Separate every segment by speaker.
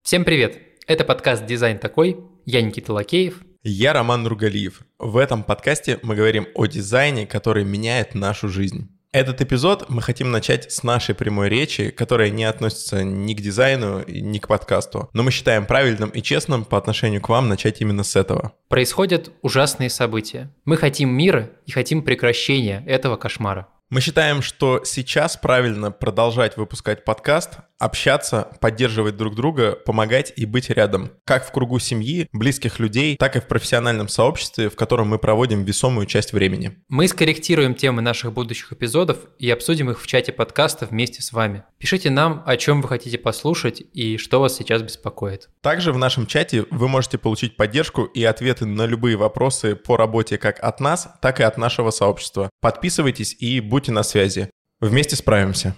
Speaker 1: Всем привет! Это подкаст «Дизайн такой». Я Никита Лакеев.
Speaker 2: Я Роман Нургалиев. В этом подкасте мы говорим о дизайне, который меняет нашу жизнь. Этот эпизод мы хотим начать с нашей прямой речи, которая не относится ни к дизайну, ни к подкасту. Но мы считаем правильным и честным по отношению к вам начать именно с этого.
Speaker 1: Происходят ужасные события. Мы хотим мира и хотим прекращения этого кошмара.
Speaker 2: Мы считаем, что сейчас правильно продолжать выпускать подкаст, общаться, поддерживать друг друга, помогать и быть рядом. Как в кругу семьи, близких людей, так и в профессиональном сообществе, в котором мы проводим весомую часть времени.
Speaker 1: Мы скорректируем темы наших будущих эпизодов и обсудим их в чате подкаста вместе с вами. Пишите нам, о чем вы хотите послушать и что вас сейчас беспокоит.
Speaker 2: Также в нашем чате вы можете получить поддержку и ответы на любые вопросы по работе как от нас, так и от нашего сообщества. Подписывайтесь и будьте на связи. Вместе справимся.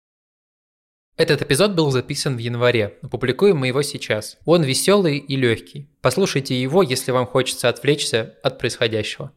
Speaker 1: Этот эпизод был записан в январе, но публикуем мы его сейчас. Он веселый и легкий. Послушайте его, если вам хочется отвлечься от происходящего.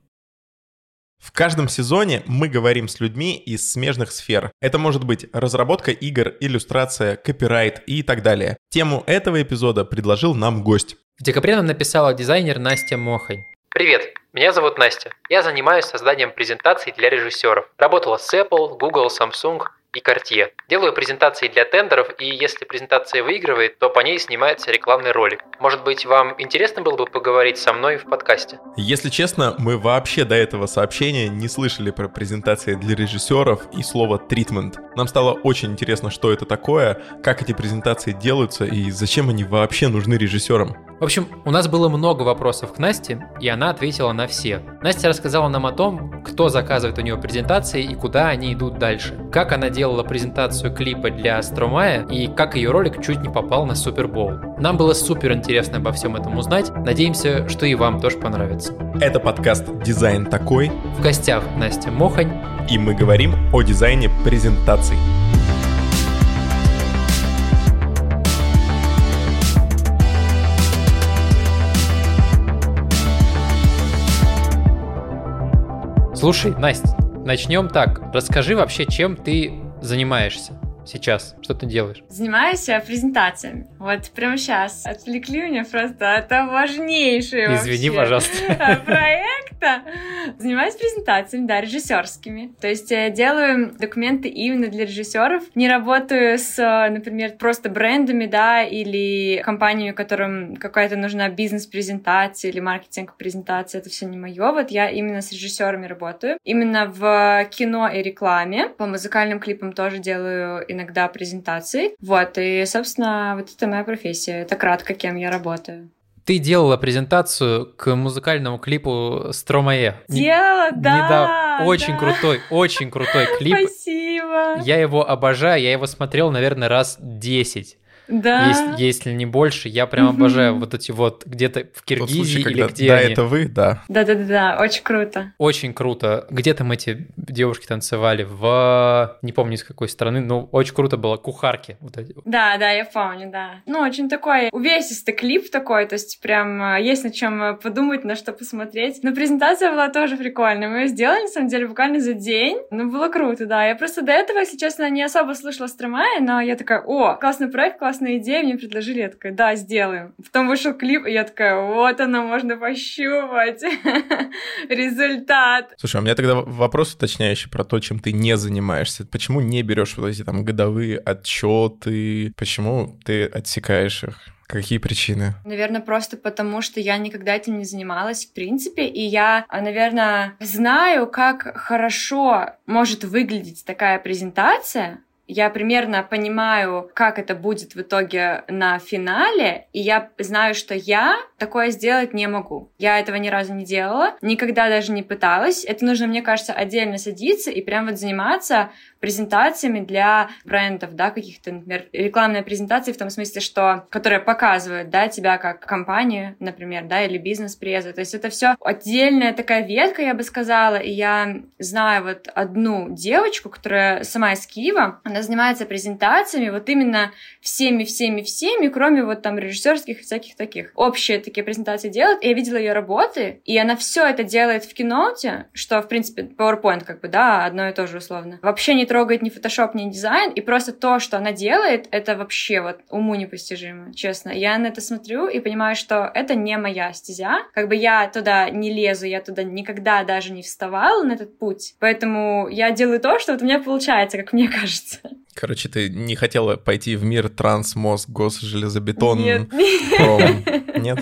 Speaker 2: В каждом сезоне мы говорим с людьми из смежных сфер. Это может быть разработка игр, иллюстрация, копирайт и так далее. Тему этого эпизода предложил нам гость.
Speaker 1: В декабре нам написала дизайнер Настя Мохань. Привет, меня зовут Настя. Я занимаюсь созданием презентаций для режиссеров. Работала с Apple, Google, Samsung и Cartier. Делаю презентации для тендеров, и если презентация выигрывает, то по ней снимается рекламный ролик. Может быть, вам интересно было бы поговорить со мной в подкасте?
Speaker 2: Если честно, мы вообще до этого сообщения не слышали про презентации для режиссеров и слово «тритмент». Нам стало очень интересно, что это такое, как эти презентации делаются и зачем они вообще нужны режиссерам.
Speaker 1: В общем, у нас было много вопросов к Насте, и она ответила на все. Настя рассказала нам о том, кто заказывает у нее презентации и куда они идут дальше. Как она делала презентацию клипа для Стромае и как ее ролик чуть не попал на Супербоул. Нам было супер интересно обо всем этом узнать. Надеемся, что и вам тоже понравится.
Speaker 2: Это подкаст «Дизайн такой».
Speaker 1: В гостях Настя Мохань.
Speaker 2: И мы говорим о дизайне презентаций.
Speaker 1: Слушай, Настя, начнем так. Расскажи вообще, чем ты занимаешься сейчас? Что ты делаешь?
Speaker 3: Занимаюсь презентациями. Вот прямо сейчас отвлекли меня просто от важнейшего
Speaker 1: Извини, пожалуйста.
Speaker 3: проекта. Занимаюсь презентациями, да, режиссерскими. То есть я делаю документы именно для режиссеров. Не работаю с, например, просто брендами, да, или компаниями, которым какая-то нужна бизнес-презентация или маркетинг-презентация. Это все не мое. Вот я именно с режиссерами работаю. Именно в кино и рекламе. По музыкальным клипам тоже делаю иногда презентации. Вот, и, собственно, вот это моя профессия. Это кратко, кем я работаю.
Speaker 1: Ты делала презентацию к музыкальному клипу «Стромае».
Speaker 3: Делала, да!
Speaker 1: Очень крутой клип.
Speaker 3: Спасибо!
Speaker 1: Я его обожаю, я его смотрел, наверное, раз 10.
Speaker 3: Да.
Speaker 1: Если не больше, я прям обожаю вот эти вот где-то в Киргизии
Speaker 2: случай,
Speaker 1: или где
Speaker 2: да,
Speaker 1: они.
Speaker 2: это вы, да.
Speaker 3: Да, очень круто.
Speaker 1: Очень круто. Где там эти девушки танцевали? Не помню, из какой страны, но очень круто было. Кухарки вот эти.
Speaker 3: Да, я помню, да. Ну, очень такой увесистый клип такой, то есть прям есть над чем подумать, на что посмотреть. Но презентация была тоже прикольная. Мы ее сделали, на самом деле, буквально за день. Ну, было круто, да. Я просто до этого, если честно, не особо слышала Стромае, но я такая, классный проект, классная идея, мне предложили, я такая, да, сделаем. Потом вышел клип, и я такая, вот оно, можно пощупать результат.
Speaker 2: Слушай, у меня тогда вопрос уточняющий про то, чем ты не занимаешься. Почему не берешь вот эти там годовые отчеты? Почему ты отсекаешь их? Какие причины?
Speaker 3: Наверное, просто потому, что я никогда этим не занималась, в принципе, и я, наверное, знаю, как хорошо может выглядеть такая презентация. Я примерно понимаю, как это будет в итоге на финале, и я знаю, что я такое сделать не могу. Я этого ни разу не делала, никогда даже не пыталась. Это нужно, мне кажется, отдельно садиться и прям вот заниматься презентациями для брендов, да, каких-то, например, рекламные презентации в том смысле, что, которые показывают, да, тебя как компанию, например, да, или бизнес-презу. То есть это все отдельная такая ветка, я бы сказала, и я знаю вот одну девочку, которая сама из Киева, она занимается презентациями вот именно всеми, кроме вот там режиссерских и всяких таких. Общие такие презентации делает, и я видела ее работы, и она все это делает в Keynote, что, в принципе, PowerPoint, как бы, да, одно и то же условно. Вообще не трогает ни фотошоп, ни дизайн, и просто то, что она делает, это вообще вот уму непостижимо, честно. Я на это смотрю и понимаю, что это не моя стезя. Как бы я туда не лезу, я туда никогда даже не вставала на этот путь, поэтому я делаю то, что вот у меня получается, как мне кажется.
Speaker 2: Короче, ты не хотела пойти в мир транс, мозг, гос, железобетон?
Speaker 3: Нет.
Speaker 2: Нет?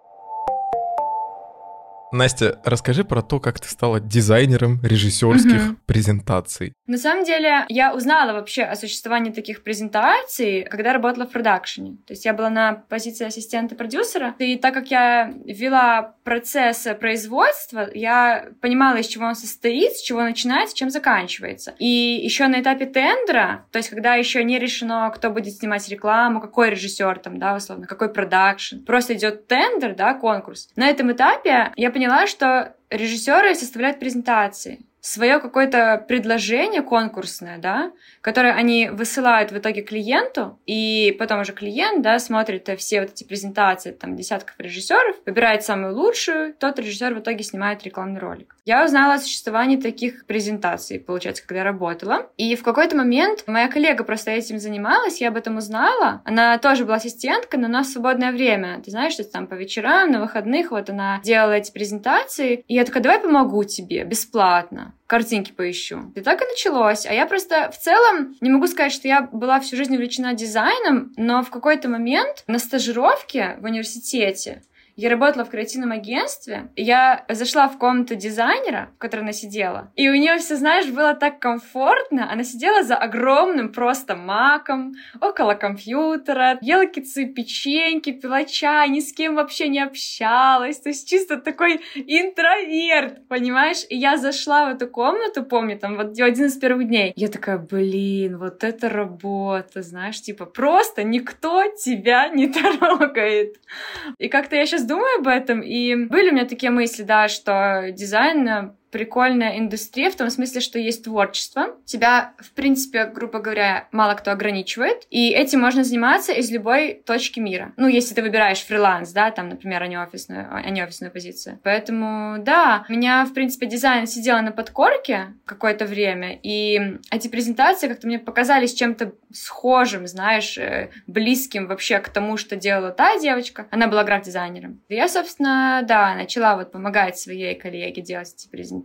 Speaker 2: Настя, расскажи про то, как ты стала дизайнером режиссерских презентаций.
Speaker 3: На самом деле, я узнала вообще о существовании таких презентаций, когда работала в продакшене. То есть я была на позиции ассистента-продюсера, и так как я вела процесс производства, я понимала, из чего он состоит, с чего начинается, чем заканчивается. И еще на этапе тендера, то есть когда еще не решено, кто будет снимать рекламу, какой режиссер там, да, условно, какой продакшн, просто идет тендер, да, конкурс. На этом этапе я поняла, что режиссеры составляют презентации, свое какое-то предложение конкурсное, да, которое они высылают в итоге клиенту, и потом уже клиент, да, смотрит все вот эти презентации там десятков режиссеров, выбирает самую лучшую, тот режиссер в итоге снимает рекламный ролик. Я узнала о существовании таких презентаций, получается, когда работала, и в какой-то момент моя коллега просто этим занималась, я об этом узнала, она тоже была ассистенткой, но у нас свободное время, ты знаешь, что там по вечерам, на выходных, вот она делала эти презентации, и я такая, давай помогу тебе, бесплатно. Картинки поищу. И так и началось. А я просто в целом не могу сказать, что я была всю жизнь увлечена дизайном, но в какой-то момент на стажировке в университете я работала в креативном агентстве, и я зашла в комнату дизайнера, в которой она сидела, и у нее все, знаешь, было так комфортно. Она сидела за огромным просто маком, около компьютера, ела какие-то печеньки, пила чай, ни с кем вообще не общалась, то есть чисто такой интроверт, понимаешь? И я зашла в эту комнату, помню, там вот один из первых дней, я такая, блин, вот это работа, знаешь, типа просто никто тебя не трогает. И как-то я сейчас думаю об этом, и были у меня такие мысли, да, что дизайн прикольная индустрия в том смысле, что есть творчество. Тебя, в принципе, грубо говоря, мало кто ограничивает, и этим можно заниматься из любой точки мира. Ну, если ты выбираешь фриланс, да, там, например, а не офисную позицию. Поэтому, да, у меня, в принципе, дизайн сидел на подкорке какое-то время, и эти презентации как-то мне показались чем-то схожим, знаешь, близким вообще к тому, что делала та девочка. Она была граф-дизайнером. И я, собственно, да, начала вот помогать своей коллеге делать эти презентации.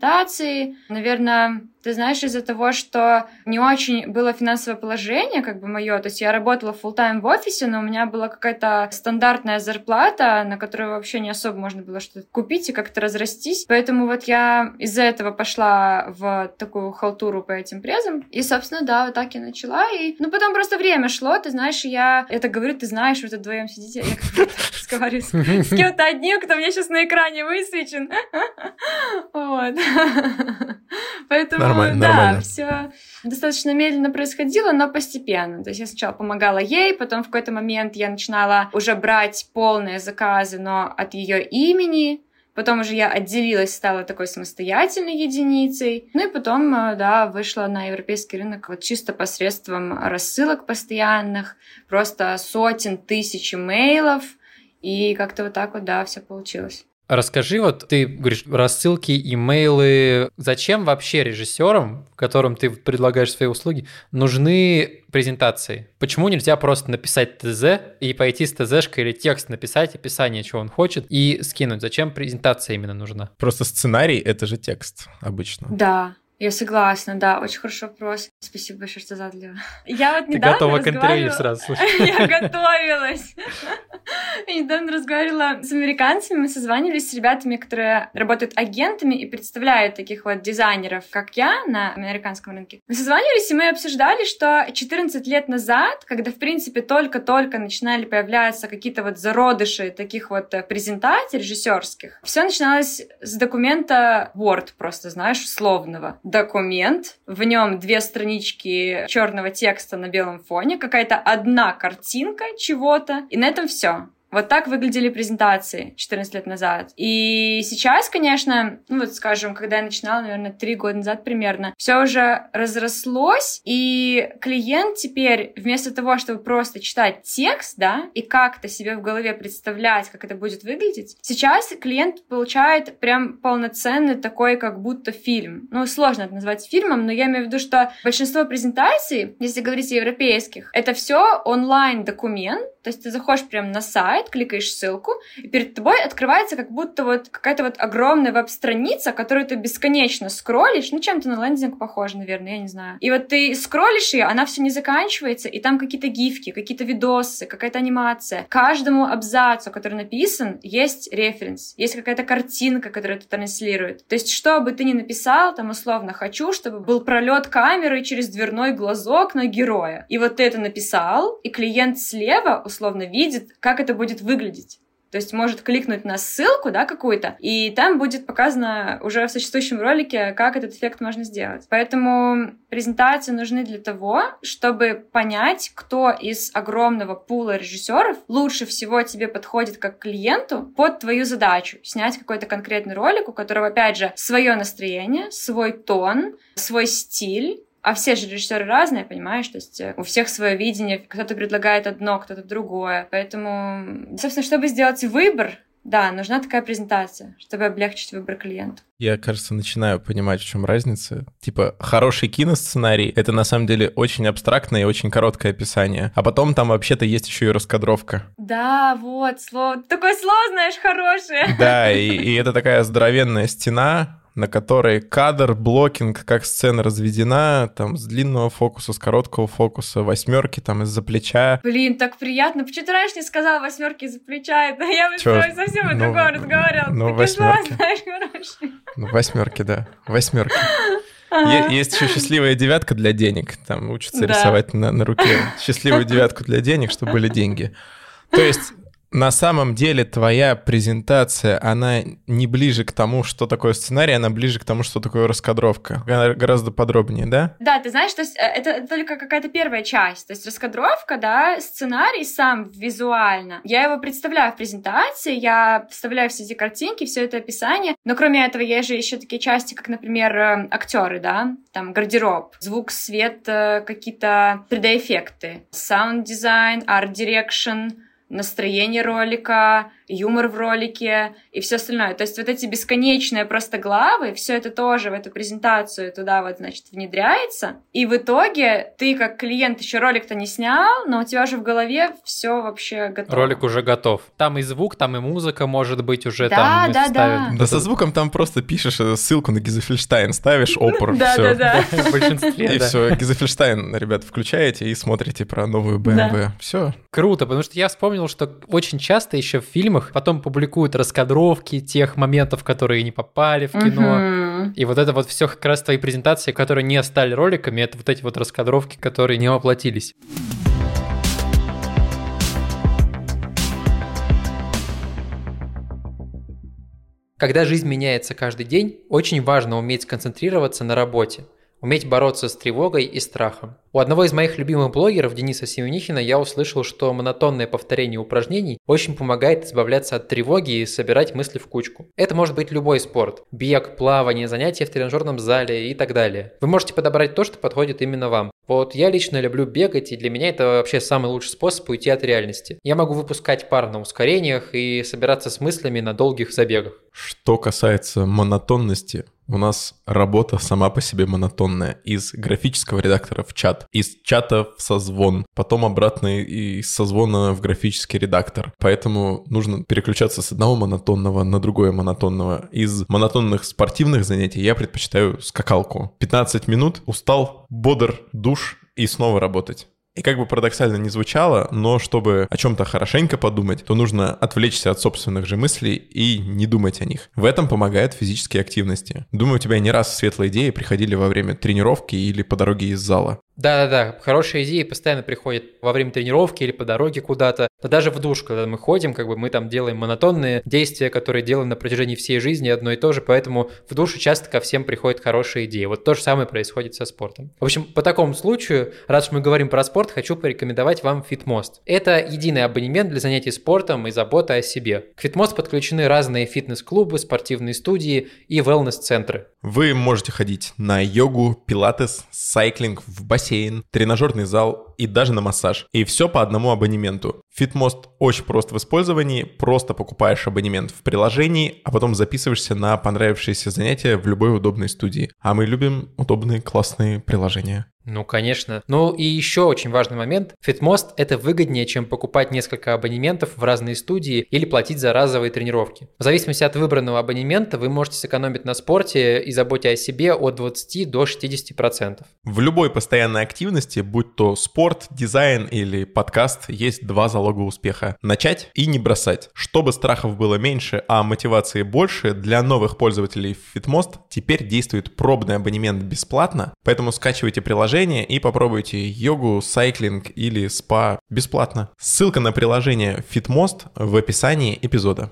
Speaker 3: Наверное, ты знаешь, из-за того, что не очень было финансовое положение, как бы мое, то есть я работала фулл-тайм в офисе, но у меня была какая-то стандартная зарплата, на которую вообще не особо можно было что-то купить и как-то разрастись. Поэтому вот я из-за этого пошла в такую халтуру по этим презам. И, собственно, да, вот так я начала. И, ну, потом просто время шло, ты знаешь, я так говорю, ты знаешь, вы тут вдвоем сидите, я как-то разговариваю с кем-то одним, кто мне сейчас на экране высвечен. Вот. Поэтому, да, все достаточно медленно происходило, но постепенно. То есть я сначала помогала ей, потом в какой-то момент я начинала уже брать полные заказы, но от ее имени. Потом уже я отделилась, стала такой самостоятельной единицей. Ну и потом, да, вышла на европейский рынок вот чисто посредством рассылок постоянных, просто сотен тысяч имейлов. И как-то вот так вот, да, все получилось.
Speaker 1: Расскажи, вот ты говоришь, рассылки, имейлы. Зачем вообще режиссерам, которым ты предлагаешь свои услуги, нужны презентации? Почему нельзя просто написать ТЗ и пойти с ТЗшкой или текст написать, описание, чего он хочет, и скинуть? Зачем презентация именно нужна?
Speaker 2: Просто сценарий — это же текст обычно.
Speaker 3: Да. Я согласна, да, очень хороший вопрос. Спасибо большое, что задали. Я вот недавно
Speaker 1: Ты готова к интервью сразу, слушай.
Speaker 3: Я готовилась. Я недавно разговаривала с американцами, мы созванивались с ребятами, которые работают агентами и представляют таких вот дизайнеров, как я, на американском рынке. Мы созванивались, и мы обсуждали, что 14 лет назад, когда, в принципе, только-только начинали появляться какие-то вот зародыши таких вот презентаций режиссерских, все начиналось с документа Word, просто, знаешь, условного. Документ, в нем 2 странички черного текста на белом фоне, какая-то одна картинка чего-то, и на этом все. Вот так выглядели презентации 14 лет назад. И сейчас, конечно, скажем, когда я начинала, наверное, 3 года назад примерно, все уже разрослось, и клиент теперь вместо того, чтобы просто читать текст, да, и как-то себе в голове представлять, как это будет выглядеть, сейчас клиент получает прям полноценный такой, как будто фильм. Сложно это назвать фильмом, но я имею в виду, что большинство презентаций, если говорить о европейских, это все онлайн-документ, то есть ты заходишь прям на сайт, кликаешь ссылку, и перед тобой открывается как будто какая-то огромная веб-страница, которую ты бесконечно скроллишь, чем-то на лендинг похоже, наверное, я не знаю. И ты скроллишь ее, она все не заканчивается, и там какие-то гифки, какие-то видосы, какая-то анимация. Каждому абзацу, который написан, есть референс, есть какая-то картинка, которая это транслирует. То есть, что бы ты ни написал, условно, хочу, чтобы был пролет камеры через дверной глазок на героя. И ты это написал, и клиент слева условно видит, как это будет выглядеть. То есть может кликнуть на ссылку, да, какую-то, и там будет показано уже в существующем ролике, как этот эффект можно сделать. Поэтому презентации нужны для того, чтобы понять, кто из огромного пула режиссеров лучше всего тебе подходит как клиенту под твою задачу. Снять какой-то конкретный ролик, у которого, опять же, свое настроение, свой тон, свой стиль. А все же режиссеры разные, понимаешь? То есть у всех свое видение, кто-то предлагает одно, кто-то другое. Поэтому, собственно, чтобы сделать выбор, да, нужна такая презентация, чтобы облегчить выбор клиенту.
Speaker 2: Я, кажется, начинаю понимать, в чем разница. Хороший киносценарий — это на самом деле очень абстрактное и очень короткое описание. А потом там вообще-то есть еще и раскадровка.
Speaker 3: Да, слово. Такое слово, знаешь, хорошее.
Speaker 2: Да, и это такая здоровенная стена, на которой кадр, блокинг, как сцена разведена, там, с длинного фокуса, с короткого фокуса, 8 там из-за плеча.
Speaker 3: Блин, так приятно. Почему ты раньше не сказала 8 из-за плеча? Это я бы с тобой совсем о другом разговаривала. Такие слова, знаешь, хорошие.
Speaker 2: 8, да, 8. Есть еще счастливая девятка для денег. Там учатся рисовать на руке счастливую девятку для денег, чтобы были деньги. То есть на самом деле твоя презентация, она не ближе к тому, что такое сценарий, она ближе к тому, что такое раскадровка. Она гораздо подробнее, да?
Speaker 3: Да, ты знаешь, то есть это только какая-то первая часть. То есть раскадровка, да, сценарий сам визуально. Я его представляю в презентации, я вставляю все эти картинки, все это описание. Но кроме этого, есть же еще такие части, как, например, актеры, да, там гардероб, звук, свет, какие-то 3D-эффекты, саунд-дизайн, арт-дирекшн, настроение ролика, юмор в ролике и все остальное. То есть эти бесконечные просто главы, все это тоже в эту презентацию туда внедряется. И в итоге ты как клиент еще ролик-то не снял, но у тебя уже в голове все вообще готово.
Speaker 1: Ролик уже готов. Там и звук, там и музыка, может быть, уже
Speaker 3: да,
Speaker 1: там ставят.
Speaker 2: Да, со звуком там просто пишешь ссылку на Гизефельштайн, ставишь опор, все.
Speaker 3: Да.
Speaker 1: В большинстве,
Speaker 2: и все, Гизефельштайн, ребят, включаете и смотрите про новую BMW. Все.
Speaker 1: Круто, потому что я вспомнил, что очень часто еще в фильмах потом публикуют раскадровки тех моментов, которые не попали в кино. И это все как раз твои презентации, которые не стали роликами, это эти раскадровки, которые не воплотились. Когда жизнь меняется каждый день, очень важно уметь сконцентрироваться на работе, уметь бороться с тревогой и страхом. У одного из моих любимых блогеров, Дениса Семенихина, я услышал, что монотонное повторение упражнений очень помогает избавляться от тревоги и собирать мысли в кучку. Это может быть любой спорт – бег, плавание, занятия в тренажерном зале и так далее. Вы можете подобрать то, что подходит именно вам. Я лично люблю бегать, и для меня это вообще самый лучший способ уйти от реальности. Я могу выпускать пар на ускорениях и собираться с мыслями на долгих забегах.
Speaker 2: Что касается монотонности, у нас работа сама по себе монотонная. Из графического редактора в чат, из чата в созвон, потом обратно из созвона в графический редактор. Поэтому нужно переключаться с одного монотонного на другое монотонного. Из монотонных спортивных занятий я предпочитаю скакалку. 15 минут, устал, бодр, душ и снова работать. И как бы парадоксально не звучало, но чтобы о чем-то хорошенько подумать, то нужно отвлечься от собственных же мыслей и не думать о них. В этом помогают физические активности. Думаю, у тебя не раз светлые идеи приходили во время тренировки или по дороге из зала.
Speaker 1: Да-да-да, хорошие идеи постоянно приходят во время тренировки или по дороге куда-то. Да даже в душ, когда мы ходим, мы там делаем монотонные действия, которые делаем на протяжении всей жизни одно и то же, поэтому в душе часто ко всем приходят хорошие идеи. Вот то же самое происходит со спортом. В общем, по такому случаю, раз уж мы говорим про спорт, хочу порекомендовать вам Fitmost. Это единый абонемент для занятий спортом и заботы о себе. К Fitmost подключены разные фитнес-клубы, спортивные студии и wellness-центры.
Speaker 2: Вы можете ходить на йогу, пилатес, сайклинг, в бассейн, тренажерный зал и даже на массаж. И все по одному абонементу. Fitmost очень прост в использовании. Просто покупаешь абонемент в приложении, а потом записываешься на понравившиеся занятия в любой удобной студии. А мы любим удобные, классные приложения.
Speaker 1: Ну, конечно. Ну и еще очень важный момент. Fitmost – это выгоднее, чем покупать несколько абонементов в разные студии или платить за разовые тренировки. В зависимости от выбранного абонемента вы можете сэкономить на спорте и заботе о себе от 20 до 60%.
Speaker 2: В любой постоянной активности, будь то спорт, дизайн или подкаст, есть два залога успеха. Начать и не бросать. Чтобы страхов было меньше, а мотивации больше, для новых пользователей Fitmost теперь действует пробный абонемент бесплатно, поэтому скачивайте приложение и попробуйте йогу, сайклинг или спа бесплатно. Ссылка на приложение Fitmost в описании эпизода.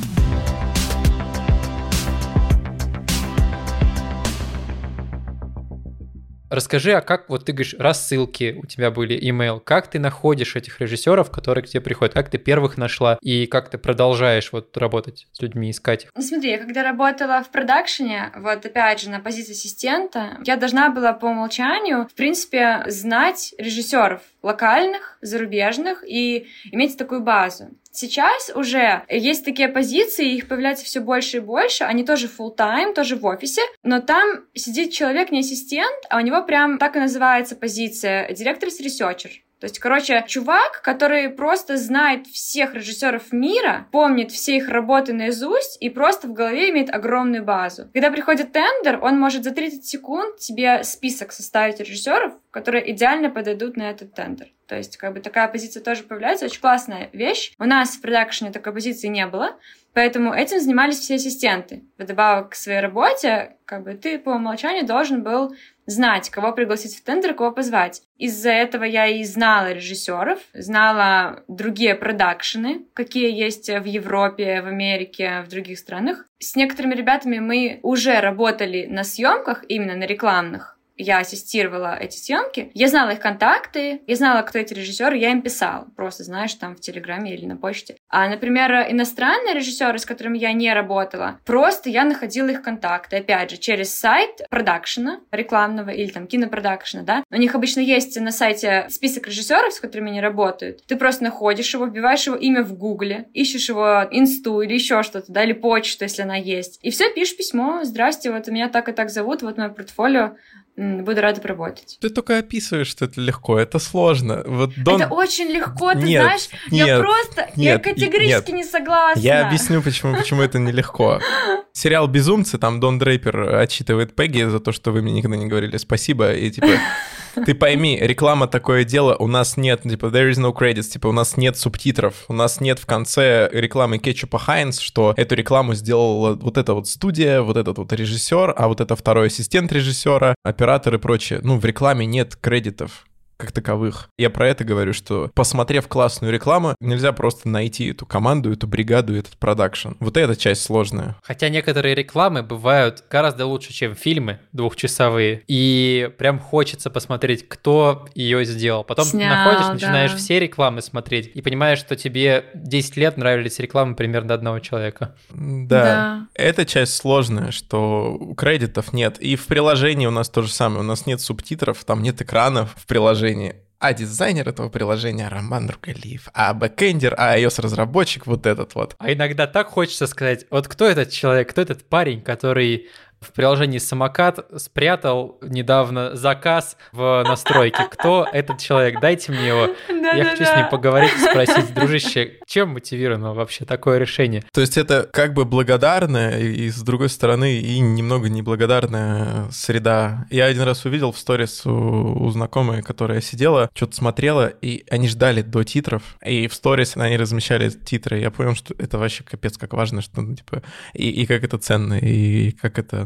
Speaker 1: Расскажи, а как, вот ты говоришь, рассылки у тебя были, имейл, как ты находишь этих режиссеров, которые к тебе приходят, как ты первых нашла и как ты продолжаешь вот работать с людьми, искать их?
Speaker 3: Ну смотри, я когда работала в продакшене, вот опять же на позиции ассистента, я должна была по умолчанию, в принципе, знать режиссеров локальных, зарубежных и иметь такую базу. Сейчас уже есть такие позиции, их появляется все больше и больше, они тоже full-time, тоже в офисе, но там сидит человек не ассистент, а у него прям так и называется позиция director-researcher. То есть, короче, чувак, который просто знает всех режиссеров мира, помнит все их работы наизусть и просто в голове имеет огромную базу. Когда приходит тендер, он может за 30 секунд тебе список составить режиссеров, которые идеально подойдут на этот тендер. То есть, такая позиция тоже появляется. Очень классная вещь. У нас в продакшене такой позиции не было, поэтому этим занимались все ассистенты. Вдобавок к своей работе, ты по умолчанию должен был знать, кого пригласить в тендер, кого позвать. Из-за этого я и знала режиссеров, знала другие продакшены, какие есть в Европе, в Америке, в других странах. С некоторыми ребятами мы уже работали на съемках, именно на рекламных. Я ассистировала эти съемки, я знала их контакты, я знала, кто эти режиссеры, я им писала, просто, знаешь, там в Телеграме или на почте. А, например, иностранные режиссеры, с которыми я не работала, просто я находила их контакты, опять же, через сайт продакшена рекламного или там кинопродакшена, да. У них обычно есть на сайте список режиссеров, с которыми они работают. Ты просто находишь его, вбиваешь его имя в Гугле, ищешь его инсту или еще что-то, да, или почту, если она есть. И все, пишешь письмо: здрасте, вот меня так и так зовут, вот мое портфолио. Буду рада поработать.
Speaker 2: Ты только описываешь, что это легко, это сложно.
Speaker 3: Это очень легко, ты знаешь, я категорически не согласна.
Speaker 2: Я объясню, почему это нелегко. Сериал «Безумцы», там Дон Дрейпер отчитывает Пегги за то, что вы мне никогда не говорили спасибо, и ты пойми, реклама такое дело, у нас нет, there is no credits, у нас нет субтитров, у нас нет в конце рекламы кетчупа Хайнс, что эту рекламу сделала вот эта вот студия, вот этот вот режиссер, а вот это второй ассистент режиссера, оператор и прочее. В рекламе нет кредитов как таковых. Я про это говорю, что, посмотрев классную рекламу, нельзя просто найти эту команду, эту бригаду, этот продакшн. Вот эта часть сложная.
Speaker 1: Хотя некоторые рекламы бывают гораздо лучше, чем фильмы двухчасовые, и прям хочется посмотреть, кто ее сделал. Потом находишь, начинаешь все рекламы смотреть и понимаешь, что тебе 10 лет нравились рекламы примерно одного человека.
Speaker 2: Да. Эта часть сложная, что кредитов нет. И в приложении у нас то же самое. У нас нет субтитров, там нет экранов в приложении. А дизайнер этого приложения Роман Другалиев, а бэкэндер, а iOS-разработчик вот этот вот.
Speaker 1: А иногда так хочется сказать, вот кто этот человек, кто этот парень, который в приложении «Самокат» спрятал недавно заказ в настройке. Кто этот человек? Дайте мне его. Я хочу с ним поговорить и спросить: дружище, чем мотивировано вообще такое решение?
Speaker 2: То есть это благодарная и с другой стороны и немного неблагодарная среда. Я один раз увидел в сторис у знакомой, которая сидела, что-то смотрела, и они ждали до титров, и в сторис они размещали титры. Я понял, что это вообще капец как важно, что и как это ценно, и как это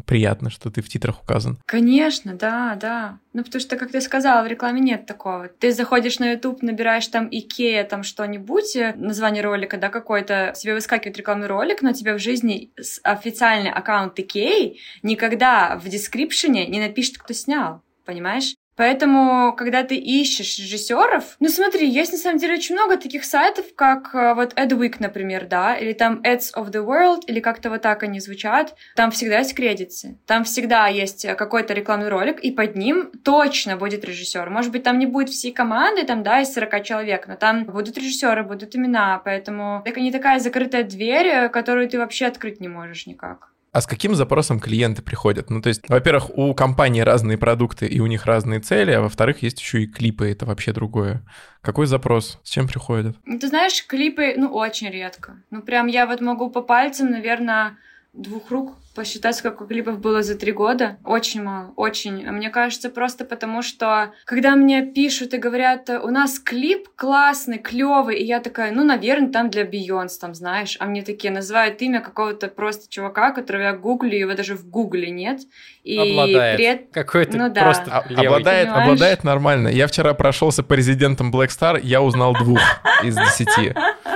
Speaker 2: приятно, что ты в титрах указан.
Speaker 3: Конечно, да. Ну, потому что, как ты сказала, в рекламе нет такого. Ты заходишь на YouTube, набираешь там Икея, там что-нибудь, название ролика, да, какой-то, тебе выскакивает рекламный ролик, но тебе в жизни официальный аккаунт Икеи никогда в дескрипшене не напишет, кто снял, понимаешь? Поэтому, когда ты ищешь режиссеров, ну смотри, есть на самом деле очень много таких сайтов, как вот Adweek, например, да, или там Ads of the World, или как-то вот так они звучат. Там всегда есть кредиты, там всегда есть какой-то рекламный ролик, и под ним точно будет режиссер. Может быть, там не будет всей команды, там, да, из 40 человек, но там будут режиссеры, будут имена, поэтому это не такая закрытая дверь, которую ты вообще открыть не можешь никак.
Speaker 2: А с каким запросом клиенты приходят? Ну, то есть, во-первых, у компании разные продукты, и у них разные цели, а во-вторых, есть еще и клипы, это вообще другое. Какой запрос? С чем приходят?
Speaker 3: Ты знаешь, клипы, ну, очень редко. Ну, прям я вот могу по пальцам, наверное, 2 рук посчитать, сколько клипов было за 3 года. Очень мало, очень. Мне кажется, просто потому что, когда мне пишут и говорят, у нас клип классный, клевый, и я такая, ну, наверное, там для Бейонс, там, знаешь, а мне такие называют имя какого-то просто чувака, которого я гуглю, его даже в гугле нет. И
Speaker 1: обладает. Какой-то
Speaker 3: ну, да.
Speaker 1: просто левый.
Speaker 2: Обладает нормально. Я вчера прошелся по резидентам Black Star, я узнал 2 из 10.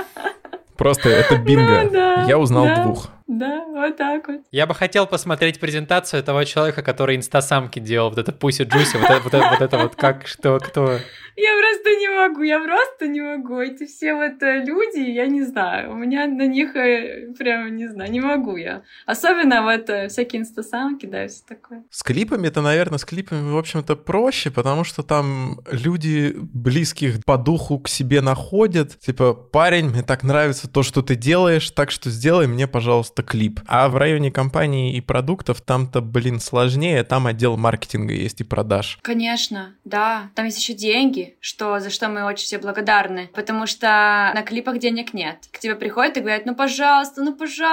Speaker 2: Просто это бинго.
Speaker 3: Ну, да,
Speaker 2: я узнал
Speaker 3: да.
Speaker 2: 2.
Speaker 3: Да, вот так вот.
Speaker 1: Я бы хотел посмотреть презентацию того человека, который инстасамки делал, вот это Пуси Джуси, вот это вот как, что, кто...
Speaker 3: Я просто не могу. Эти все вот люди, я не знаю, у меня на них прям, не знаю, не могу я. Особенно вот всякие инстасамки, да, и все такое.
Speaker 2: С клипами-то, наверное, в общем-то, проще, потому что там люди близких по духу к себе находят. Типа, парень, мне так нравится то, что ты делаешь, так что сделай мне, пожалуйста, клип. А в районе компаний и продуктов там-то, сложнее, там отдел маркетинга есть и продаж.
Speaker 3: Конечно, да. Там есть еще деньги, за что мы очень все благодарны, потому что на клипах денег нет. К тебе приходят и говорят, ну пожалуйста,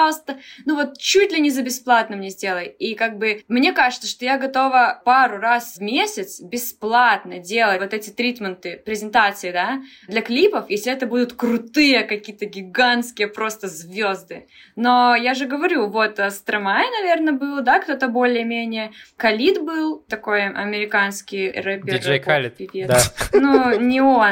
Speaker 3: ну вот чуть ли не за бесплатно мне сделай. И как бы мне кажется, что я готова пару раз в месяц бесплатно делать вот эти тритменты, презентации, да, для клипов, если это будут крутые какие-то гигантские просто звезды. Но я же говорю, вот Стромай, наверное, был, да, кто-то более-менее. Калид был, такой американский рэпер.
Speaker 1: Диджей Калид,
Speaker 3: певец.
Speaker 1: да.
Speaker 3: Ну, не он.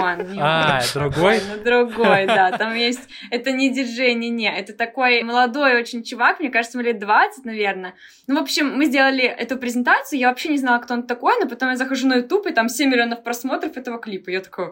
Speaker 1: Другой?
Speaker 3: Другой, да. Там есть... Это не диджей, не. Это такой молодой очень чувак, мне кажется, ему лет 20, наверное. Ну, в общем, мы сделали эту презентацию, я вообще не знала, кто он такой, но потом я захожу на YouTube, и там 7 миллионов просмотров этого клипа. Я такая,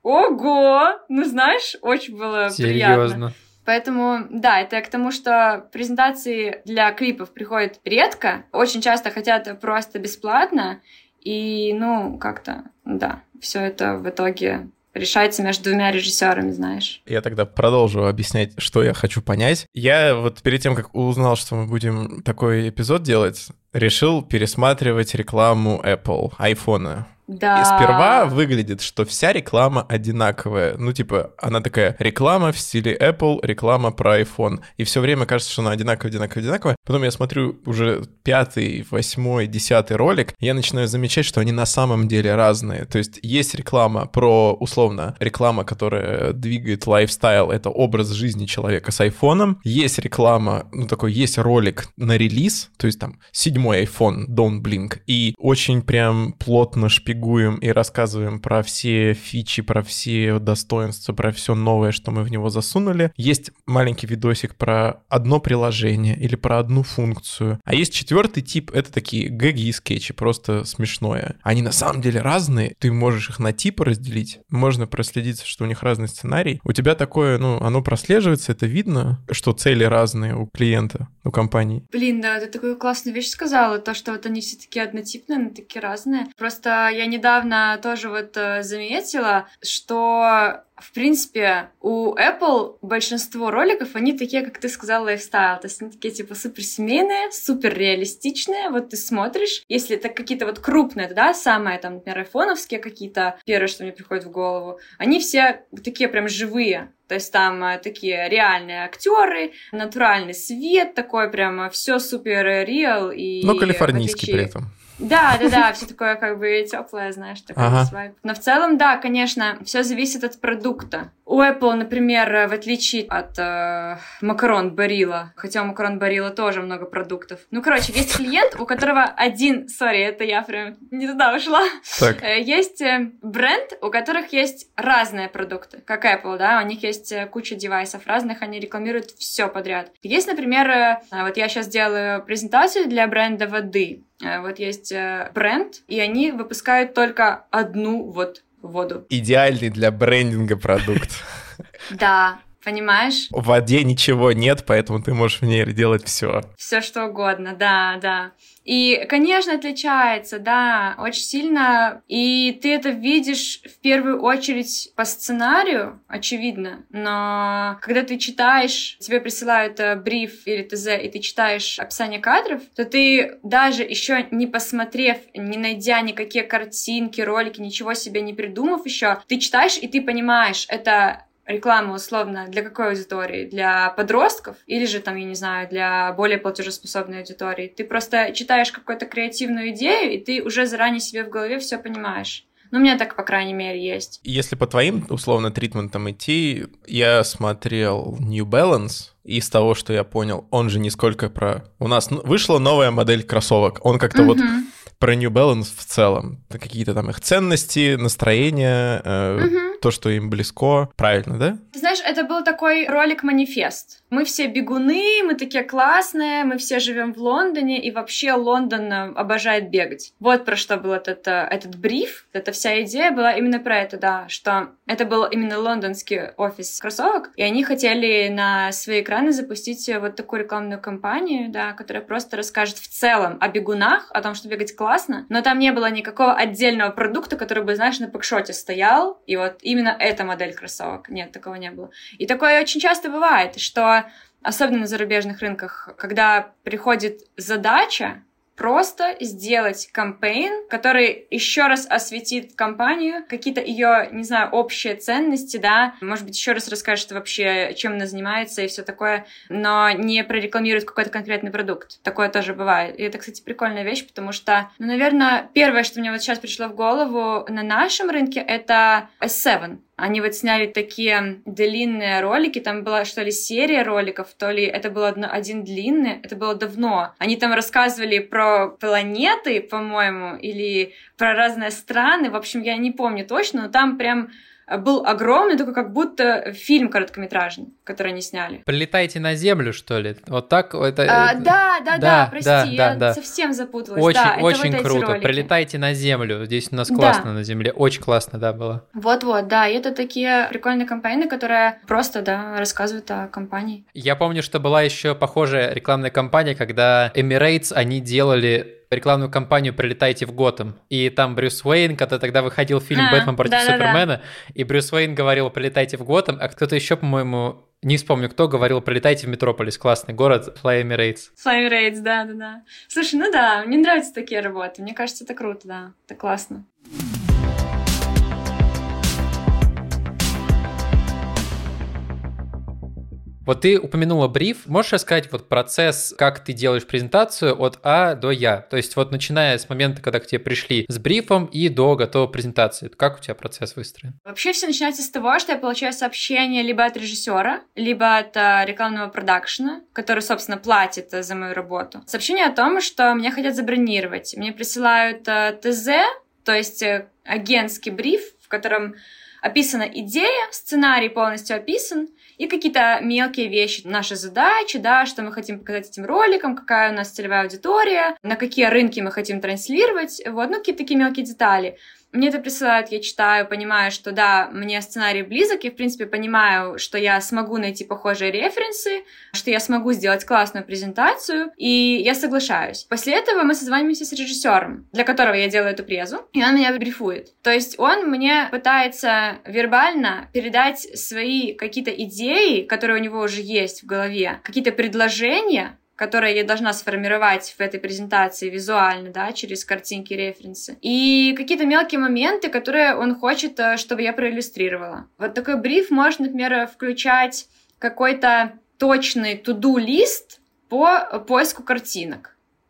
Speaker 3: ого! Ну, знаешь, очень было приятно.
Speaker 1: Серьезно.
Speaker 3: Поэтому, да, это к тому, что презентации для клипов приходят редко, очень часто хотят просто бесплатно, и, ну, как-то, да, все это в итоге решается между 2 режиссерами, знаешь.
Speaker 2: Я тогда продолжу объяснять, что я хочу понять. Я вот перед тем, как узнал, что мы будем такой эпизод делать, решил пересматривать рекламу Apple, айфона.
Speaker 3: Да.
Speaker 2: И сперва выглядит, что вся реклама одинаковая. Ну, типа, она такая реклама в стиле Apple, реклама про iPhone. И все время кажется, что она одинаковая. Потом я смотрю уже 5-й, 8-й, 10-й ролик, и я начинаю замечать, что они на самом деле разные. То есть есть реклама про, условно, реклама, которая двигает лайфстайл, это образ жизни человека с айфоном. Есть реклама, есть ролик на релиз, то есть там 7-й iPhone, Don't Blink, и очень прям плотно шпигуем и рассказываем про все фичи, про все достоинства, про все новое, что мы в него засунули. Есть маленький видосик про одно приложение или про одну функцию. А есть 4-й тип, это такие гэги и скетчи, просто смешное. Они на самом деле разные, ты можешь их на типы разделить, можно проследить, что у них разный сценарий. У тебя такое, оно прослеживается, это видно, что цели разные у клиента, у компании.
Speaker 3: Блин, да, ты такую классную вещь сказала, то, что вот они все такие однотипные, они такие разные. Просто я недавно тоже вот заметила, что, в принципе, у Apple большинство роликов, они такие, как ты сказала, лайфстайл. То есть они такие, типа, суперсемейные, суперреалистичные. Вот ты смотришь, если это какие-то вот крупные, да, самые, там, например, айфоновские какие-то, первое, что мне приходит в голову, они все такие прям живые. То есть там такие реальные актеры, натуральный свет, такой прям все супер реал.
Speaker 2: Но калифорнийский при этом.
Speaker 3: Да, все такое как бы теплое, знаешь, такой вайб. Но в целом, да, конечно, все зависит от продукта. У Apple, например, в отличие от макарон Барилла, хотя у макарон Барилла тоже много продуктов. Ну, короче, есть клиент, у которого один... Сори, это я прям не туда ушла.
Speaker 2: Так.
Speaker 3: Есть бренд, у которых есть разные продукты, как Apple, да, у них есть куча девайсов разных, они рекламируют все подряд. Есть, например, вот я сейчас делаю презентацию для бренда воды. Вот есть бренд, и они выпускают только одну вот воду.
Speaker 2: Идеальный для брендинга продукт.
Speaker 3: Да, понимаешь?
Speaker 2: В воде ничего нет, поэтому ты можешь в ней делать все.
Speaker 3: Все что угодно, да. И, конечно, отличается, да, очень сильно. И ты это видишь в первую очередь по сценарию, очевидно. Но когда ты читаешь, тебе присылают бриф или ТЗ, и ты читаешь описание кадров, то ты даже еще не посмотрев, не найдя никакие картинки, ролики, ничего себе не придумав еще, ты читаешь, и ты понимаешь, это... реклама, условно, для какой аудитории? Для подростков? Или же, там, я не знаю, для более платежеспособной аудитории? Ты просто читаешь какую-то креативную идею, и ты уже заранее себе в голове все понимаешь. Ну, у меня так, по крайней мере, есть.
Speaker 2: Если по твоим, условно, тритментам идти, я смотрел New Balance, и из того, что я понял, он же нисколько про... У нас вышла новая модель кроссовок, он как-то вот про New Balance в целом. Какие-то там их ценности, настроения, то, что им близко. Правильно, да?
Speaker 3: Ты знаешь, это был такой ролик-манифест. Мы все бегуны, мы такие классные, мы все живем в Лондоне, и вообще Лондон обожает бегать. Вот про что был этот бриф, эта вся идея была именно про это, да, что это был именно лондонский офис кроссовок, и они хотели на свои экраны запустить вот такую рекламную кампанию, да, которая просто расскажет в целом о бегунах, о том, что бегать классно, но там не было никакого отдельного продукта, который бы, знаешь, на пэкшоте стоял, и вот именно эта модель кроссовок. Нет, такого не было. И такое очень часто бывает, что особенно на зарубежных рынках, когда приходит задача просто сделать кампейн, который еще раз осветит компанию, какие-то ее, не знаю, общие ценности, да, может быть, еще раз расскажет вообще, чем она занимается и все такое, но не прорекламирует какой-то конкретный продукт. Такое тоже бывает. И это, кстати, прикольная вещь, потому что, ну, наверное, первое, что мне вот сейчас пришло в голову на нашем рынке, это S7. Они вот сняли такие длинные ролики, там была, что ли, серия роликов, то ли это был один длинный, это было давно. Они там рассказывали про планеты, по-моему, или про разные страны, в общем, я не помню точно, но там прям был огромный, такой как будто фильм короткометражный, который они сняли.
Speaker 1: Прилетайте на Землю, что ли? Вот так?
Speaker 3: Да, прости, я совсем запуталась.
Speaker 1: Очень
Speaker 3: вот
Speaker 1: круто.
Speaker 3: ролики.
Speaker 1: Прилетайте на Землю. Здесь у нас классно на Земле. Очень классно, да, было.
Speaker 3: Вот-вот, да. И это такие прикольные кампании, которые просто, да, рассказывают о компании.
Speaker 1: Я помню, что была еще похожая рекламная кампания, когда Emirates, они делали рекламную кампанию «Прилетайте в Готэм». И там Брюс Уэйн, когда тогда выходил фильм «Бэтмен против Супермена», и Брюс Уэйн говорил «Прилетайте в Готэм», а кто-то еще, по-моему, не вспомню кто, говорил «Прилетайте в Метрополис». Классный город, Fly Emirates.
Speaker 3: Fly Emirates, да. Слушай, ну да, мне нравятся такие работы. Мне кажется, это круто, да. Это классно.
Speaker 1: Вот ты упомянула бриф. Можешь рассказать вот процесс, как ты делаешь презентацию от А до Я? То есть вот начиная с момента, когда к тебе пришли с брифом и до готовой презентации. Как у тебя процесс выстроен?
Speaker 3: Вообще все начинается с того, что я получаю сообщение либо от режиссера, либо от рекламного продакшена, который, собственно, платит за мою работу. Сообщение о том, что меня хотят забронировать. Мне присылают ТЗ, то есть агентский бриф, в котором описана идея, сценарий полностью описан, и какие-то мелкие вещи, наши задачи, да, что мы хотим показать этим роликом, какая у нас целевая аудитория, на какие рынки мы хотим транслировать, вот, ну, какие-то такие мелкие детали. Мне это присылают, я читаю, понимаю, что да, мне сценарий близок, и, в принципе, понимаю, что я смогу найти похожие референсы, что я смогу сделать классную презентацию, и я соглашаюсь. После этого мы созваниваемся с режиссером, для которого я делаю эту презу, и он меня брифует. То есть он мне пытается вербально передать свои какие-то идеи, которые у него уже есть в голове, какие-то предложения, которые я должна сформировать в этой презентации визуально, да, через картинки, референсы. И какие-то мелкие моменты, которые он хочет, чтобы я проиллюстрировала. Вот такой бриф может, например, включать какой-то точный to-do лист по поиску картинок.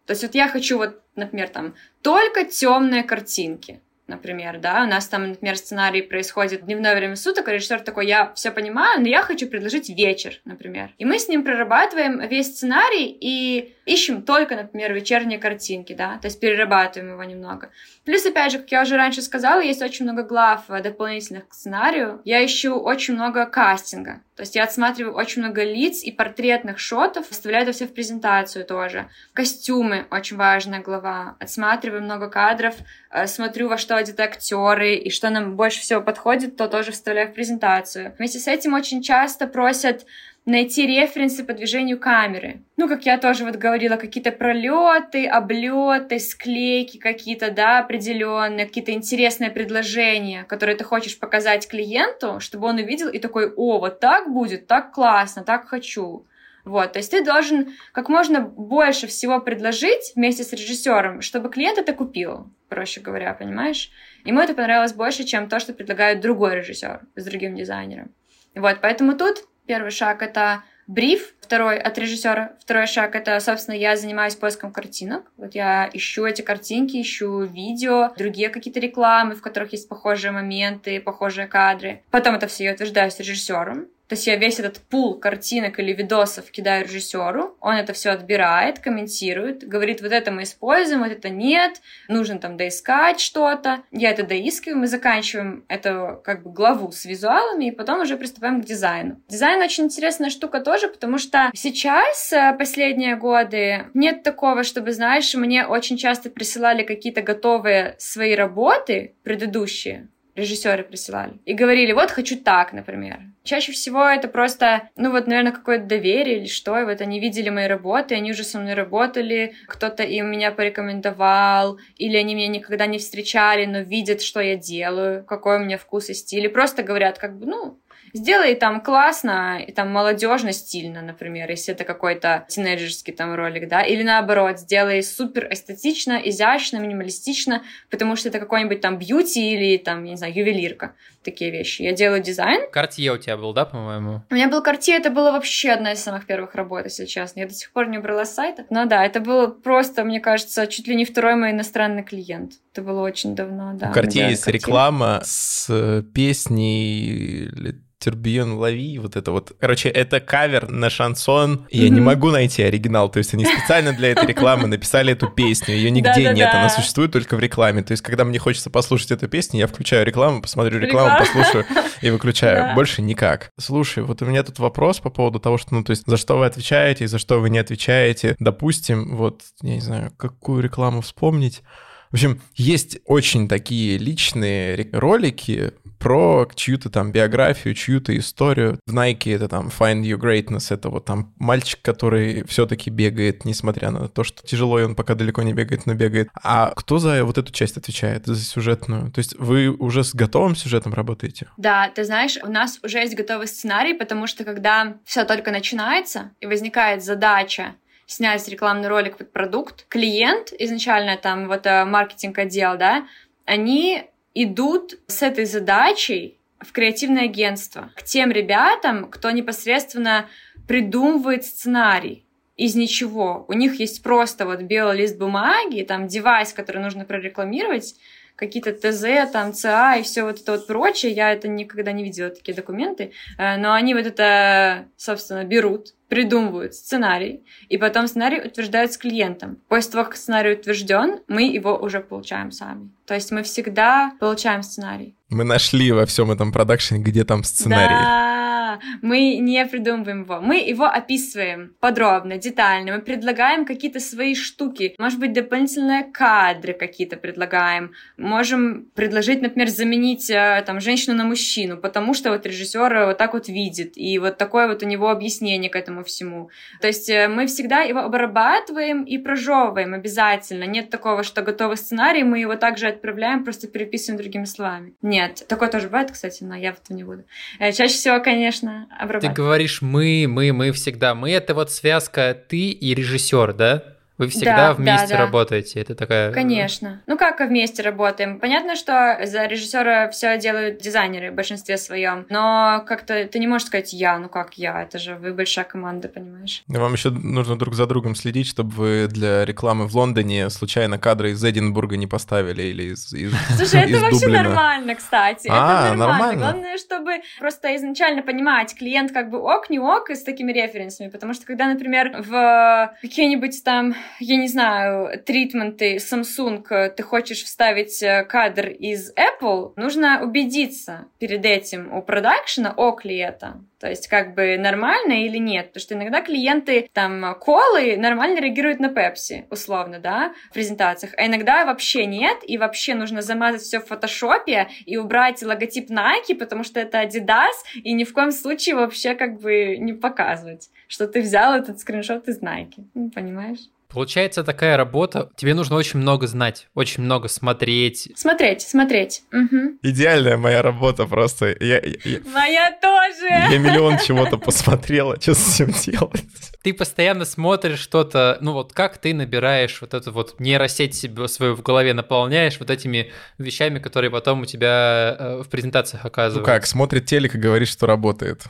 Speaker 3: То есть вот я хочу вот, например, там только темные картинки. Например, да, у нас там, например, сценарий происходит в дневное время суток, а режиссер такой, я все понимаю, но я хочу предложить вечер, например. И мы с ним прорабатываем весь сценарий и ищем только, например, вечерние картинки, да, то есть перерабатываем его немного. Плюс, опять же, как я уже раньше сказала, есть очень много глав дополнительных к сценарию. Я ищу очень много кастинга, то есть я отсматриваю очень много лиц и портретных шотов, вставляю это все в презентацию тоже. Костюмы — очень важная глава. Отсматриваю много кадров, смотрю, во что одеты актеры, и что нам больше всего подходит, то тоже вставляю в презентацию. Вместе с этим очень часто просят найти референсы по движению камеры. Ну, как я тоже вот говорила, какие-то пролеты, облеты, склейки какие-то, да, определенные, какие-то интересные предложения, которые ты хочешь показать клиенту, чтобы он увидел и такой, о, вот так будет, так классно, так хочу. Вот, то есть ты должен как можно больше всего предложить вместе с режиссером, чтобы клиент это купил, проще говоря, понимаешь? Ему это понравилось больше, чем то, что предлагает другой режиссер с другим дизайнером. Вот, поэтому тут первый шаг — это бриф, второй от режиссера, второй шаг — это, собственно, я занимаюсь поиском картинок. Вот я ищу эти картинки, ищу видео, другие какие-то рекламы, в которых есть похожие моменты, похожие кадры. Потом это все я утверждаю с режиссером. То есть я весь этот пул картинок или видосов кидаю режиссеру, он это все отбирает, комментирует, говорит, вот это мы используем, вот это нет, нужно там доискать что-то. Я это доискиваю, мы заканчиваем эту как бы главу с визуалами, и потом уже приступаем к дизайну. Дизайн очень интересная штука тоже, потому что сейчас, последние годы, нет такого, чтобы, знаешь, мне очень часто присылали какие-то готовые свои работы предыдущие, режиссеры присылали. И говорили, вот хочу так, например. Чаще всего это просто, ну вот, наверное, какое-то доверие или что. И вот они видели мои работы, они уже со мной работали, кто-то им меня порекомендовал, или они меня никогда не встречали, но видят, что я делаю, какой у меня вкус и стиль. И просто говорят, как бы, ну, сделай там классно и там молодежно, стильно, например, если это какой-то тинейджерский там ролик, да, или наоборот, сделай супер эстетично, изящно, минималистично, потому что это какой-нибудь там бьюти или там, я не знаю, ювелирка, такие вещи. Я делаю дизайн.
Speaker 1: Cartier у тебя был, да, по-моему?
Speaker 3: У меня был Cartier, это было вообще одна из самых первых работ, если честно. Я до сих пор не убрала с сайта. Но да, это было просто, мне кажется, чуть ли не второй мой иностранный клиент. Это было очень давно, да.
Speaker 2: У Cartier есть реклама с песней «Турбион лови», вот это вот. Короче, это кавер на шансон, и я не могу найти оригинал, то есть они специально для этой рекламы написали эту песню, ее нигде нет, она существует только в рекламе, то есть когда мне хочется послушать эту песню, я включаю рекламу, посмотрю рекламу, послушаю и выключаю, больше никак. Слушай, вот у меня тут вопрос по поводу того, что, ну, то есть за что вы отвечаете, за что вы не отвечаете, допустим, вот, я не знаю, какую рекламу вспомнить. В общем, есть очень такие личные ролики про чью-то там биографию, чью-то историю. В Nike это там Find Your Greatness, это вот там мальчик, который все-таки бегает, несмотря на то, что тяжело, и он пока далеко не бегает, но бегает. А кто за вот эту часть отвечает, за сюжетную? То есть вы уже с готовым сюжетом работаете?
Speaker 3: Да, ты знаешь, у нас уже есть готовый сценарий, потому что когда все только начинается и возникает задача снять рекламный ролик под продукт, клиент, изначально там вот маркетинг-отдел, да, они идут с этой задачей в креативное агентство к тем ребятам, кто непосредственно придумывает сценарий из ничего. У них есть просто вот белый лист бумаги, там девайс, который нужно прорекламировать, какие-то ТЗ, там, ЦА и все вот это вот прочее. Я это никогда не видела, такие документы. Но они вот это, собственно, берут, придумывают сценарий, и потом сценарий утверждают с клиентом. После того, как сценарий утвержден, мы его уже получаем сами. То есть мы всегда получаем сценарий.
Speaker 2: Мы нашли во всем этом продакшене, где там сценарий.
Speaker 3: Да, мы не придумываем его. Мы его описываем подробно, детально. Мы предлагаем какие-то свои штуки. Может быть, дополнительные кадры какие-то предлагаем. Можем предложить, например, заменить там женщину на мужчину, потому что вот режиссер вот так вот видит. И вот такое вот у него объяснение к этому всему. То есть мы всегда его обрабатываем и прожевываем обязательно. Нет такого, что готовый сценарий, мы его также отправляем, просто переписываем другими словами. Нет, такое тоже бывает, кстати, но я в этом не буду. Чаще всего, конечно, обрабатываем.
Speaker 1: Ты говоришь мы всегда. Мы — это вот связка ты и режиссер, да? Вы всегда
Speaker 3: Да,
Speaker 1: вместе
Speaker 3: да.
Speaker 1: работаете? Это такая...
Speaker 3: Конечно. Ну как вместе работаем? Понятно, что за режиссера все делают дизайнеры в большинстве своем, но как-то ты не можешь сказать ну как я, это же вы большая команда, понимаешь?
Speaker 2: Вам еще нужно друг за другом следить, чтобы вы для рекламы в Лондоне случайно кадры из Эдинбурга не поставили или из
Speaker 3: Слушай, это
Speaker 2: из
Speaker 3: вообще
Speaker 2: Дублина.
Speaker 3: нормально, кстати. Это
Speaker 2: нормально.
Speaker 3: Главное, чтобы просто изначально понимать, клиент как бы ок, не ок, и с такими референсами. Потому что когда, например, в какие-нибудь там, я не знаю, тритменты Samsung ты хочешь вставить кадр из Apple, нужно убедиться перед этим у продакшена, ок ли это. То есть как бы нормально или нет. Потому что иногда клиенты там колы нормально реагируют на Pepsi, условно, да, в презентациях. А иногда вообще нет, и вообще нужно замазать все в фотошопе и убрать логотип Nike, потому что это Adidas, и ни в коем случае вообще как бы не показывать, что ты взял этот скриншот из Nike. Ну, понимаешь?
Speaker 1: Получается такая работа, тебе нужно очень много знать, очень много смотреть.
Speaker 3: Смотреть. Угу.
Speaker 2: Идеальная моя работа просто.
Speaker 3: Моя тоже!
Speaker 2: Я миллион чего-то посмотрела, что с этим делать?
Speaker 1: Ты постоянно смотришь что-то, ну вот как ты набираешь вот эту вот нейросеть себе свою в голове, наполняешь вот этими вещами, которые потом у тебя в презентациях оказываются.
Speaker 2: Ну как, смотрит телек и говорит, что работает.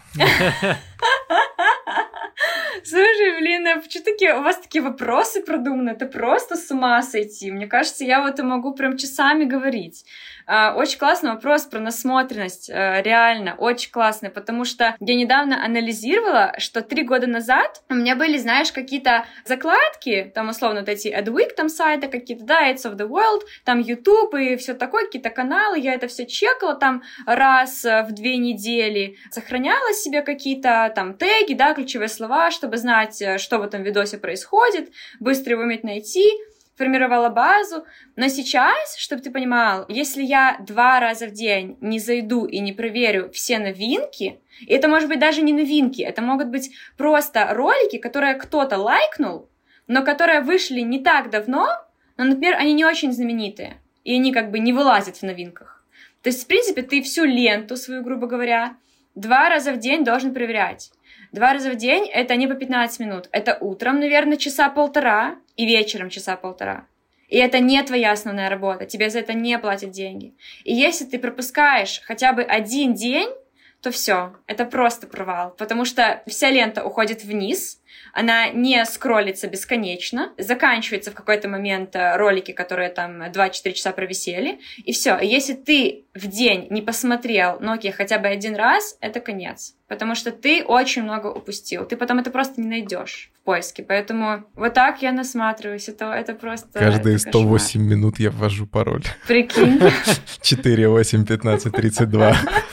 Speaker 3: Слушай, блин, что такие, у вас такие вопросы продуманы, это просто с ума сойти. Мне кажется, я вот и могу прям часами говорить. Очень классный вопрос про насмотренность, реально, очень классный, потому что я недавно анализировала, что 3 года назад у меня были, знаешь, какие-то закладки, там, условно, вот эти Adweek, там, сайты какие-то, да, It's of the World, там, YouTube и все такое, какие-то каналы, я это все чекала там раз в 2 недели, сохраняла себе какие-то там теги, да, ключевые слова, чтобы знать, что в этом видосе происходит, быстро его уметь найти, формировала базу, но сейчас, чтобы ты понимал, если я 2 раза в день не зайду и не проверю все новинки, и это может быть даже не новинки, это могут быть просто ролики, которые кто-то лайкнул, но которые вышли не так давно, но, например, они не очень знаменитые, и они как бы не вылазят в новинках. То есть, в принципе, ты всю ленту свою, грубо говоря, 2 раза в день должен проверять. 2 раза в день — это не по 15 минут. Это утром, наверное, 1-1.5 часа и вечером 1-1.5 часа. И это не твоя основная работа, тебе за это не платят деньги. И если ты пропускаешь хотя бы 1 день, то все, это просто провал, потому что вся лента уходит вниз, она не скроллится бесконечно, заканчивается в какой-то момент ролики, которые там 2-4 часа провисели, и все. Если ты в день не посмотрел Nokia хотя бы 1 раз, это конец, потому что ты очень много упустил, ты потом это просто не найдешь в поиске, поэтому вот так я насматриваюсь, это просто...
Speaker 2: Каждые
Speaker 3: это
Speaker 2: 108 минут я ввожу пароль.
Speaker 3: Прикинь.
Speaker 2: 4, 8, 15, 32.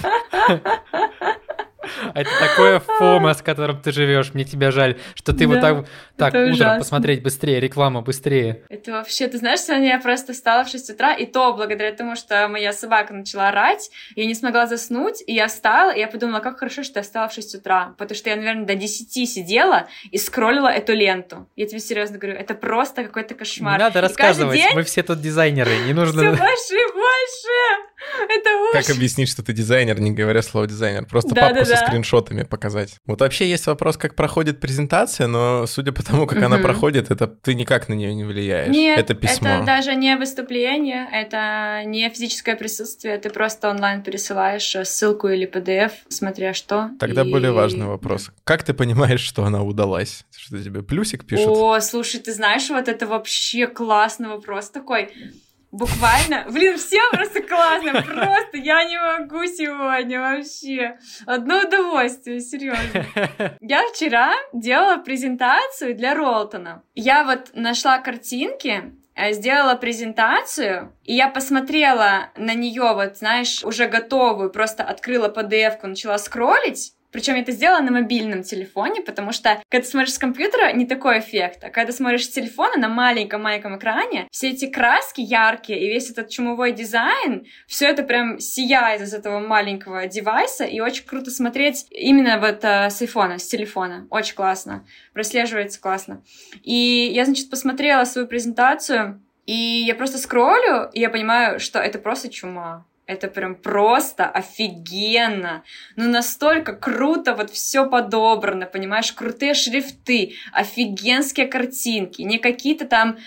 Speaker 1: Это такое фомо, с которым ты живешь. Мне тебя жаль, что ты вот так утром
Speaker 3: ужасно.
Speaker 1: посмотреть быстрее, реклама быстрее.
Speaker 3: Это вообще, ты знаешь, сегодня я просто встала в 6 утра, и то благодаря тому, что моя собака начала орать, я не смогла заснуть, и я встала, и я подумала, как хорошо, что я встала в 6 утра, потому что я, наверное, до 10 сидела и скроллила эту ленту. Я тебе серьезно говорю, это просто какой-то кошмар.
Speaker 1: Не надо
Speaker 3: И
Speaker 1: рассказывать,
Speaker 3: каждый день
Speaker 1: мы все тут дизайнеры, не нужно...
Speaker 3: все больше и больше! Это ужас!
Speaker 2: Как объяснить, что ты дизайнер, не говоря слово дизайнер? Просто
Speaker 3: Да,
Speaker 2: папку
Speaker 3: да,
Speaker 2: со
Speaker 3: да.
Speaker 2: скриншотами показать. Вот вообще есть вопрос, как проходит презентация, но судя по тому, как она проходит, это ты никак на нее не влияешь.
Speaker 3: Нет,
Speaker 2: это письмо.
Speaker 3: это даже не выступление, это не физическое присутствие, ты просто онлайн пересылаешь ссылку или PDF, смотря что.
Speaker 2: Тогда
Speaker 3: и...
Speaker 2: более важный вопрос. Как ты понимаешь, что она удалась? Что тебе плюсик пишут?
Speaker 3: О, слушай, ты знаешь, вот это вообще классный вопрос такой. Буквально, блин, все просто классно, просто я не могу сегодня вообще. Одно удовольствие, серьезно. Я вчера делала презентацию для Ролтона. Я вот нашла картинки, сделала презентацию, и я посмотрела на нее, вот, знаешь, уже готовую, просто открыла PDF-ку, начала скроллить. Причем я это сделала на мобильном телефоне, потому что, когда ты смотришь с компьютера, не такой эффект. А когда смотришь с телефона на маленьком-маленьком экране, все эти краски яркие и весь этот чумовой дизайн, все это прям сияет из этого маленького девайса, и очень круто смотреть именно вот с айфона, с телефона. Очень классно. Прослеживается классно. И я, значит, посмотрела свою презентацию, и я просто скроллю, и я понимаю, что это просто чума. Это прям просто офигенно. Ну, настолько круто, вот все подобрано, понимаешь? Крутые шрифты, офигенские картинки. Не какие-то там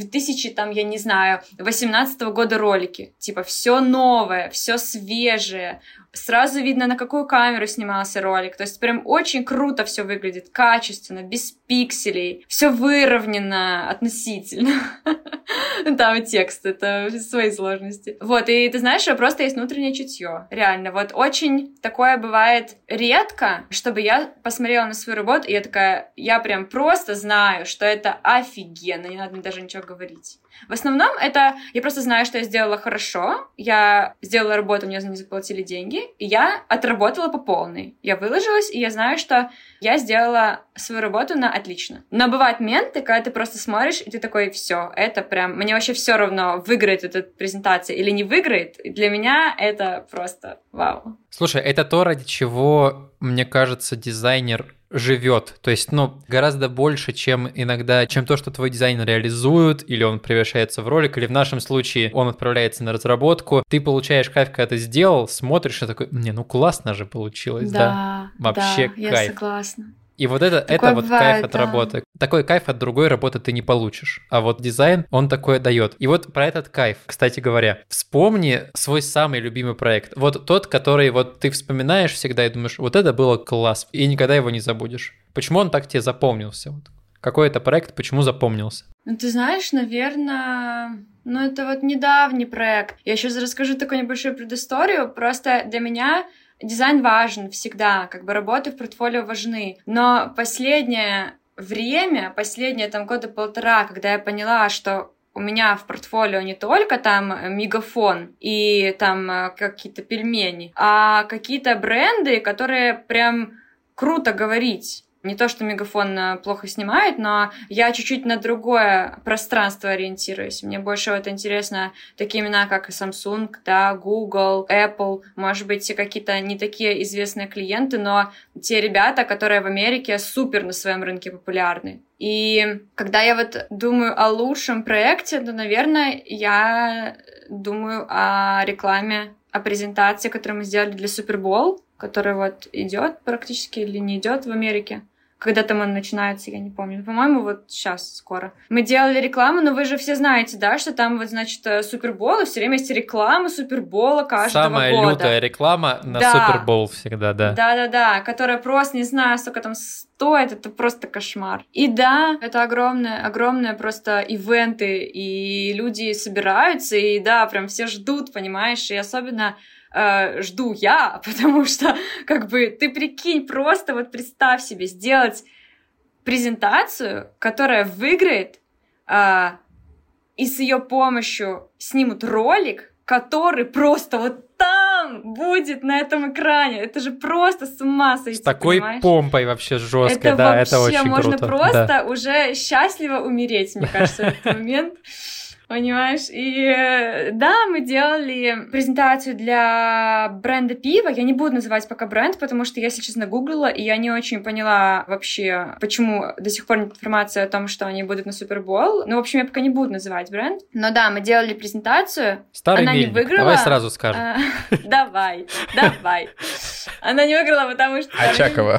Speaker 3: 2018 года ролики. Типа, все новое, все свежее. Сразу видно, на какую камеру снимался ролик. То есть прям очень круто все выглядит, качественно, без пикселей. Все выровнено относительно. Там и текст, это свои сложности. Вот, и ты знаешь, просто есть внутреннее чутье. Реально, вот очень такое бывает редко, чтобы я посмотрела на свою работу, и я такая, я прям просто знаю, что это офигенно, не надо мне даже ничего говорить. В основном это я просто знаю, что я сделала хорошо, я сделала работу, мне за нее заплатили деньги, и я отработала по полной. Я выложилась, и я знаю, что я сделала свою работу на отлично. Но бывают моменты, когда ты просто смотришь, и ты такой, все, это прям, мне вообще все равно, выиграет эта презентация или не выиграет. И для меня это просто вау.
Speaker 1: Слушай, это то, ради чего, мне кажется, дизайнер живет. То есть, гораздо больше, чем то, что твой дизайн реализует, или он превращается в ролик, или в нашем случае он отправляется на разработку. Ты получаешь кайф, когда ты сделал, смотришь и такой, классно же получилось, да? Вообще
Speaker 3: да,
Speaker 1: кайф.
Speaker 3: Я согласна.
Speaker 1: И вот это вот бывает, кайф от работы. Такой кайф от другой работы ты не получишь. А вот дизайн, он такое дает. И вот про этот кайф, кстати говоря, вспомни свой самый любимый проект. Вот тот, который вот ты вспоминаешь всегда и думаешь, вот это было класс, и никогда его не забудешь. Почему он так тебе запомнился? Вот. Какой это проект, почему запомнился?
Speaker 3: Ты знаешь, наверное... это вот недавний проект. Я сейчас расскажу такую небольшую предысторию. Просто для меня... Дизайн важен всегда, работы в портфолио важны, но последнее время, последние года полтора, когда я поняла, что у меня в портфолио не только там Мегафон и там какие-то пельмени, а какие-то бренды, которые прям круто говорить. Не то, что Мегафон плохо снимает, но я чуть-чуть на другое пространство ориентируюсь. Мне больше интересно такие имена, как Samsung, Google, Apple, может быть, какие-то не такие известные клиенты, но те ребята, которые в Америке супер на своем рынке популярны. И когда я думаю о лучшем проекте, то, наверное, я думаю о рекламе, о презентации, которую мы сделали для Super Bowl, которая идет практически или не идет в Америке. Когда там он начинается, я не помню. По-моему, сейчас скоро. Мы делали рекламу, но вы же все знаете, да, что там Супербол, и все время есть реклама Супербола каждого
Speaker 1: Самая
Speaker 3: года.
Speaker 1: Самая лютая реклама на Супербол всегда, да.
Speaker 3: Да, которая просто, не знаю, сколько там стоит, это просто кошмар. И да, это огромные просто ивенты, и люди собираются, и да, прям все ждут, понимаешь, и особенно... жду я, потому что, ты прикинь, просто представь себе, сделать презентацию, которая выиграет, и с ее помощью снимут ролик, который просто там будет на этом экране. Это же просто с ума сойти,
Speaker 1: с такой
Speaker 3: понимаешь?
Speaker 1: Помпой вообще жесткой,
Speaker 3: это
Speaker 1: да,
Speaker 3: вообще
Speaker 1: это очень
Speaker 3: можно
Speaker 1: круто.
Speaker 3: Просто уже счастливо умереть, мне кажется, в этот момент. Понимаешь? И да, мы делали презентацию для бренда пива. Я не буду называть пока бренд, потому что я, если честно, гуглила, и я не очень поняла вообще, почему до сих пор нет информации о том, что они будут на Супербол. В общем, я пока не буду называть бренд. Но да, мы делали презентацию.
Speaker 1: Старый
Speaker 3: Она
Speaker 1: мельник.
Speaker 3: Не выиграла.
Speaker 1: Давай сразу скажем.
Speaker 3: Давай. Она не выиграла, потому что...
Speaker 2: Очакова.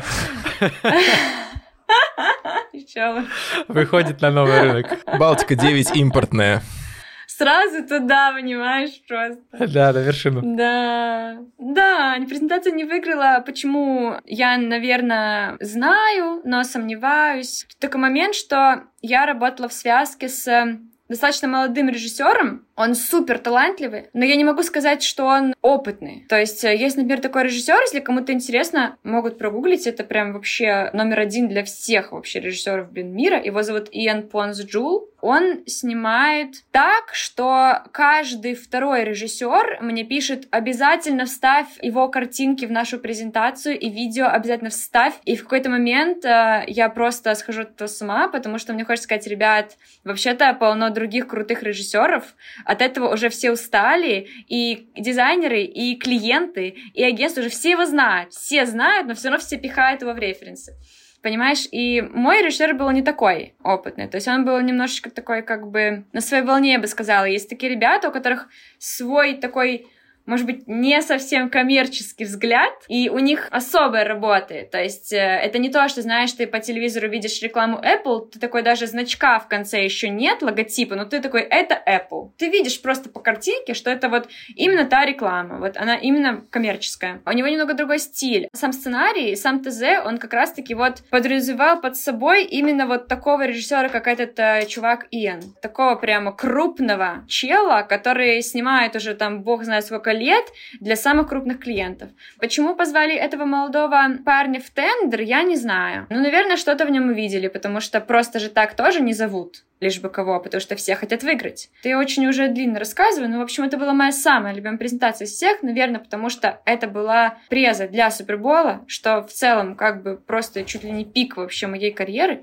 Speaker 1: Выходит на новый рынок.
Speaker 2: Балтика 9 импортная.
Speaker 3: Сразу туда, понимаешь, просто.
Speaker 1: Да, на вершину.
Speaker 3: Да, презентация не выиграла. Почему? Я, наверное, знаю, но сомневаюсь. Такой момент, что я работала в связке с достаточно молодым режиссером. Он супер талантливый, но я не могу сказать, что он опытный. То есть есть, например, такой режиссер, если кому-то интересно, могут прогуглить, это прям вообще номер один для всех вообще режиссеров, мира. Его зовут Иэн Понс Джул. Он снимает так, что каждый второй режиссер мне пишет: обязательно вставь его картинки в нашу презентацию и видео обязательно вставь. И в какой-то момент я просто схожу с ума, потому что мне хочется сказать: ребят, вообще-то полно других крутых режиссеров, от этого уже все устали, и дизайнеры, и клиенты, и агентства уже все его знают, но все равно все пихают его в референсы. Понимаешь? И мой режиссер был не такой опытный. То есть он был немножечко такой, на своей волне, я бы сказала. Есть такие ребята, у которых свой такой может быть, не совсем коммерческий взгляд, и у них особая работа. То есть это не то, что, знаешь, ты по телевизору видишь рекламу Apple, ты такой, даже значка в конце еще нет, логотипа, но ты такой, это Apple. Ты видишь просто по картинке, что это вот именно та реклама, вот она именно коммерческая. У него немного другой стиль. Сам сценарий, сам ТЗ, он как раз-таки вот подразумевал под собой именно вот такого режиссера, как этот чувак Иэн. Такого прямо крупного чела, который снимает уже там бог знает сколько лет для самых крупных клиентов. Почему позвали этого молодого парня в тендер, я не знаю. Ну, наверное, что-то в нем увидели, потому что просто же так тоже не зовут. Лишь бы кого, потому что все хотят выиграть. Ты очень уже длинно рассказываю, но, в общем, это была моя самая любимая презентация из всех, наверное, потому что это была преза для Супербола, что в целом как бы просто чуть ли не пик вообще моей карьеры.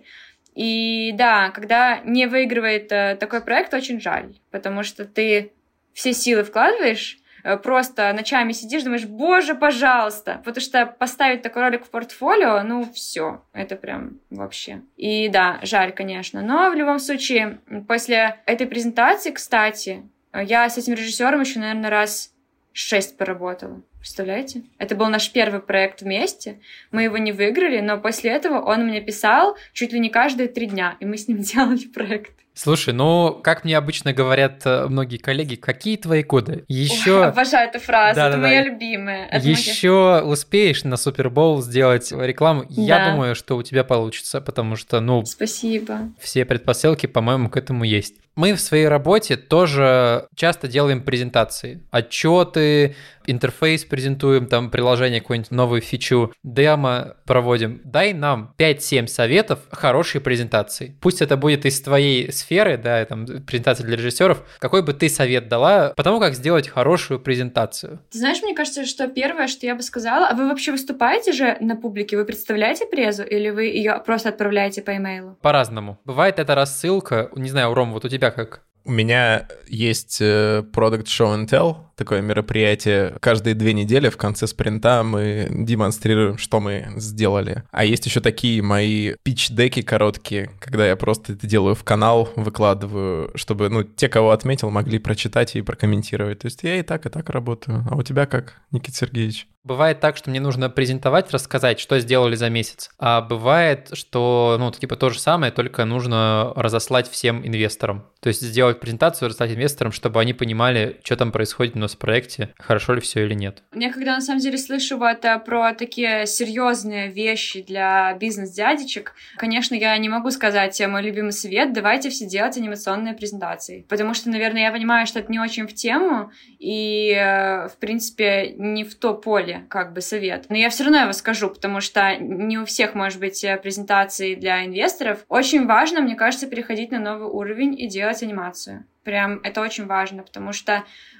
Speaker 3: И да, когда не выигрывает такой проект, очень жаль, потому что ты все силы вкладываешь, просто ночами сидишь, думаешь, боже, пожалуйста, потому что поставить такой ролик в портфолио, ну, все, это прям вообще. И да, жаль, конечно, но в любом случае, после этой презентации, кстати, я с этим режиссером еще, наверное, раз 6 поработала. Представляете? Это был наш первый проект вместе. Мы его не выиграли, но после этого он мне писал чуть ли не каждые 3 дня, и мы с ним делали проект.
Speaker 1: Слушай, ну, как мне обычно говорят многие коллеги, какие твои коды? Еще...
Speaker 3: Обожаю эту фразу, это моя любимая.
Speaker 1: Еще успеешь на Супербоул сделать рекламу? Да. Я думаю, что у тебя получится, потому что, ну...
Speaker 3: Спасибо.
Speaker 1: Все предпосылки, по-моему, к этому есть. Мы в своей работе тоже часто делаем презентации, отчеты, интерфейс презентуем, там приложение, какую-нибудь новую фичу, демо проводим. Дай нам 5-7 советов хорошей презентации. Пусть это будет из твоей сферы, да, там презентация для режиссеров. Какой бы ты совет дала по тому, как сделать хорошую презентацию?
Speaker 3: Ты знаешь, мне кажется, что первое, что я бы сказала, а вы вообще выступаете же на публике? Вы представляете презу или вы ее просто отправляете по имейлу?
Speaker 1: По-разному. Бывает это рассылка, не знаю, Ром, вот у тебя как?
Speaker 2: У меня есть Product Show and Tell, такое мероприятие. Каждые 2 недели в конце спринта мы демонстрируем, что мы сделали. А есть еще такие мои питч-деки короткие, когда я просто это делаю в канал, выкладываю, чтобы, ну, те, кого отметил, могли прочитать и прокомментировать. То есть я и так работаю. А у тебя как, Никита Сергеевич?
Speaker 1: Бывает так, что мне нужно презентовать, рассказать, что сделали за месяц. А бывает, что, ну, типа то же самое, только нужно разослать всем инвесторам. То есть сделать презентацию, разослать инвесторам, чтобы они понимали, что там происходит у нас в проекте, хорошо ли все или нет.
Speaker 3: Я когда на самом деле слышу вот про такие серьезные вещи для бизнес-дядечек, конечно, я не могу сказать мой любимый совет, давайте все делать анимационные презентации. Потому что, наверное, я понимаю, что это не очень в тему и, в принципе, не в то поле, как бы совет. Но я все равно его скажу, потому что не у всех может быть презентации для инвесторов. Очень важно, мне кажется, переходить на новый уровень и делать анимацию. Прям это очень важно, потому что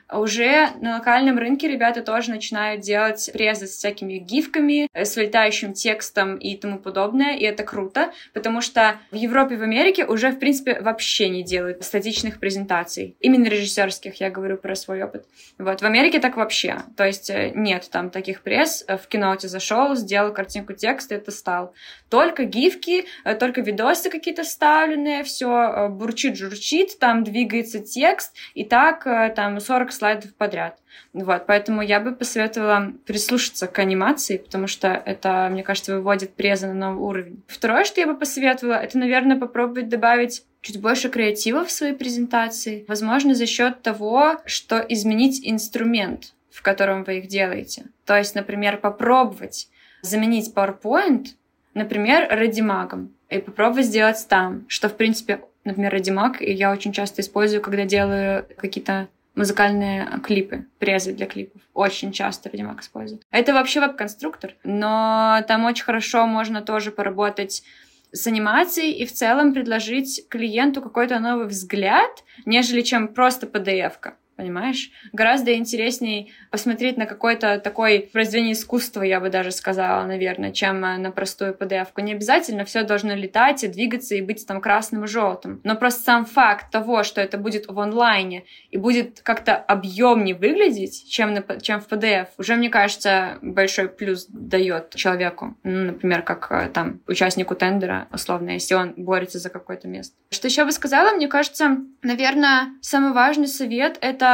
Speaker 3: уже на локальном рынке ребята тоже начинают делать презы с всякими гифками, с летающим текстом и тому подобное, и это круто, потому что в Европе и в Америке уже, в принципе, вообще не делают статичных презентаций. Именно режиссерских, я говорю про свой опыт. Вот, в Америке так вообще. То есть нет там таких пресс. В Keynote зашел, сделал картинку текста, это стал. Только гифки, только видосы какие-то вставленные, все бурчит-журчит, там двигается текст, и так там 40 слайдов подряд. Вот, поэтому я бы посоветовала прислушаться к анимации, потому что это, мне кажется, выводит презы на новый уровень. Второе, что я бы посоветовала, это, наверное, попробовать добавить чуть больше креатива в свои презентации. Возможно, за счет того, что изменить инструмент, в котором вы их делаете. То есть, например, попробовать заменить PowerPoint, например, Ready-Mag, и попробовать сделать там, что, в принципе, например, Ready-Mag я очень часто использую, когда делаю какие-то музыкальные клипы, презы для клипов. Очень часто Ready-Mag использую. Это вообще веб-конструктор, но там очень хорошо можно тоже поработать с анимацией и в целом предложить клиенту какой-то новый взгляд, нежели чем просто PDF-ка. Понимаешь? Гораздо интересней посмотреть на какое-то такое произведение искусства, я бы даже сказала, наверное, чем на простую PDF-ку. Не обязательно все должно летать и двигаться и быть там красным и желтым. Но просто сам факт того, что это будет в онлайне и будет как-то объемнее выглядеть, чем в PDF, уже, мне кажется, большой плюс дает человеку. Ну, например, как там участнику тендера, условно, если он борется за какое-то место. Что еще бы сказала? Мне кажется, наверное, самый важный совет — это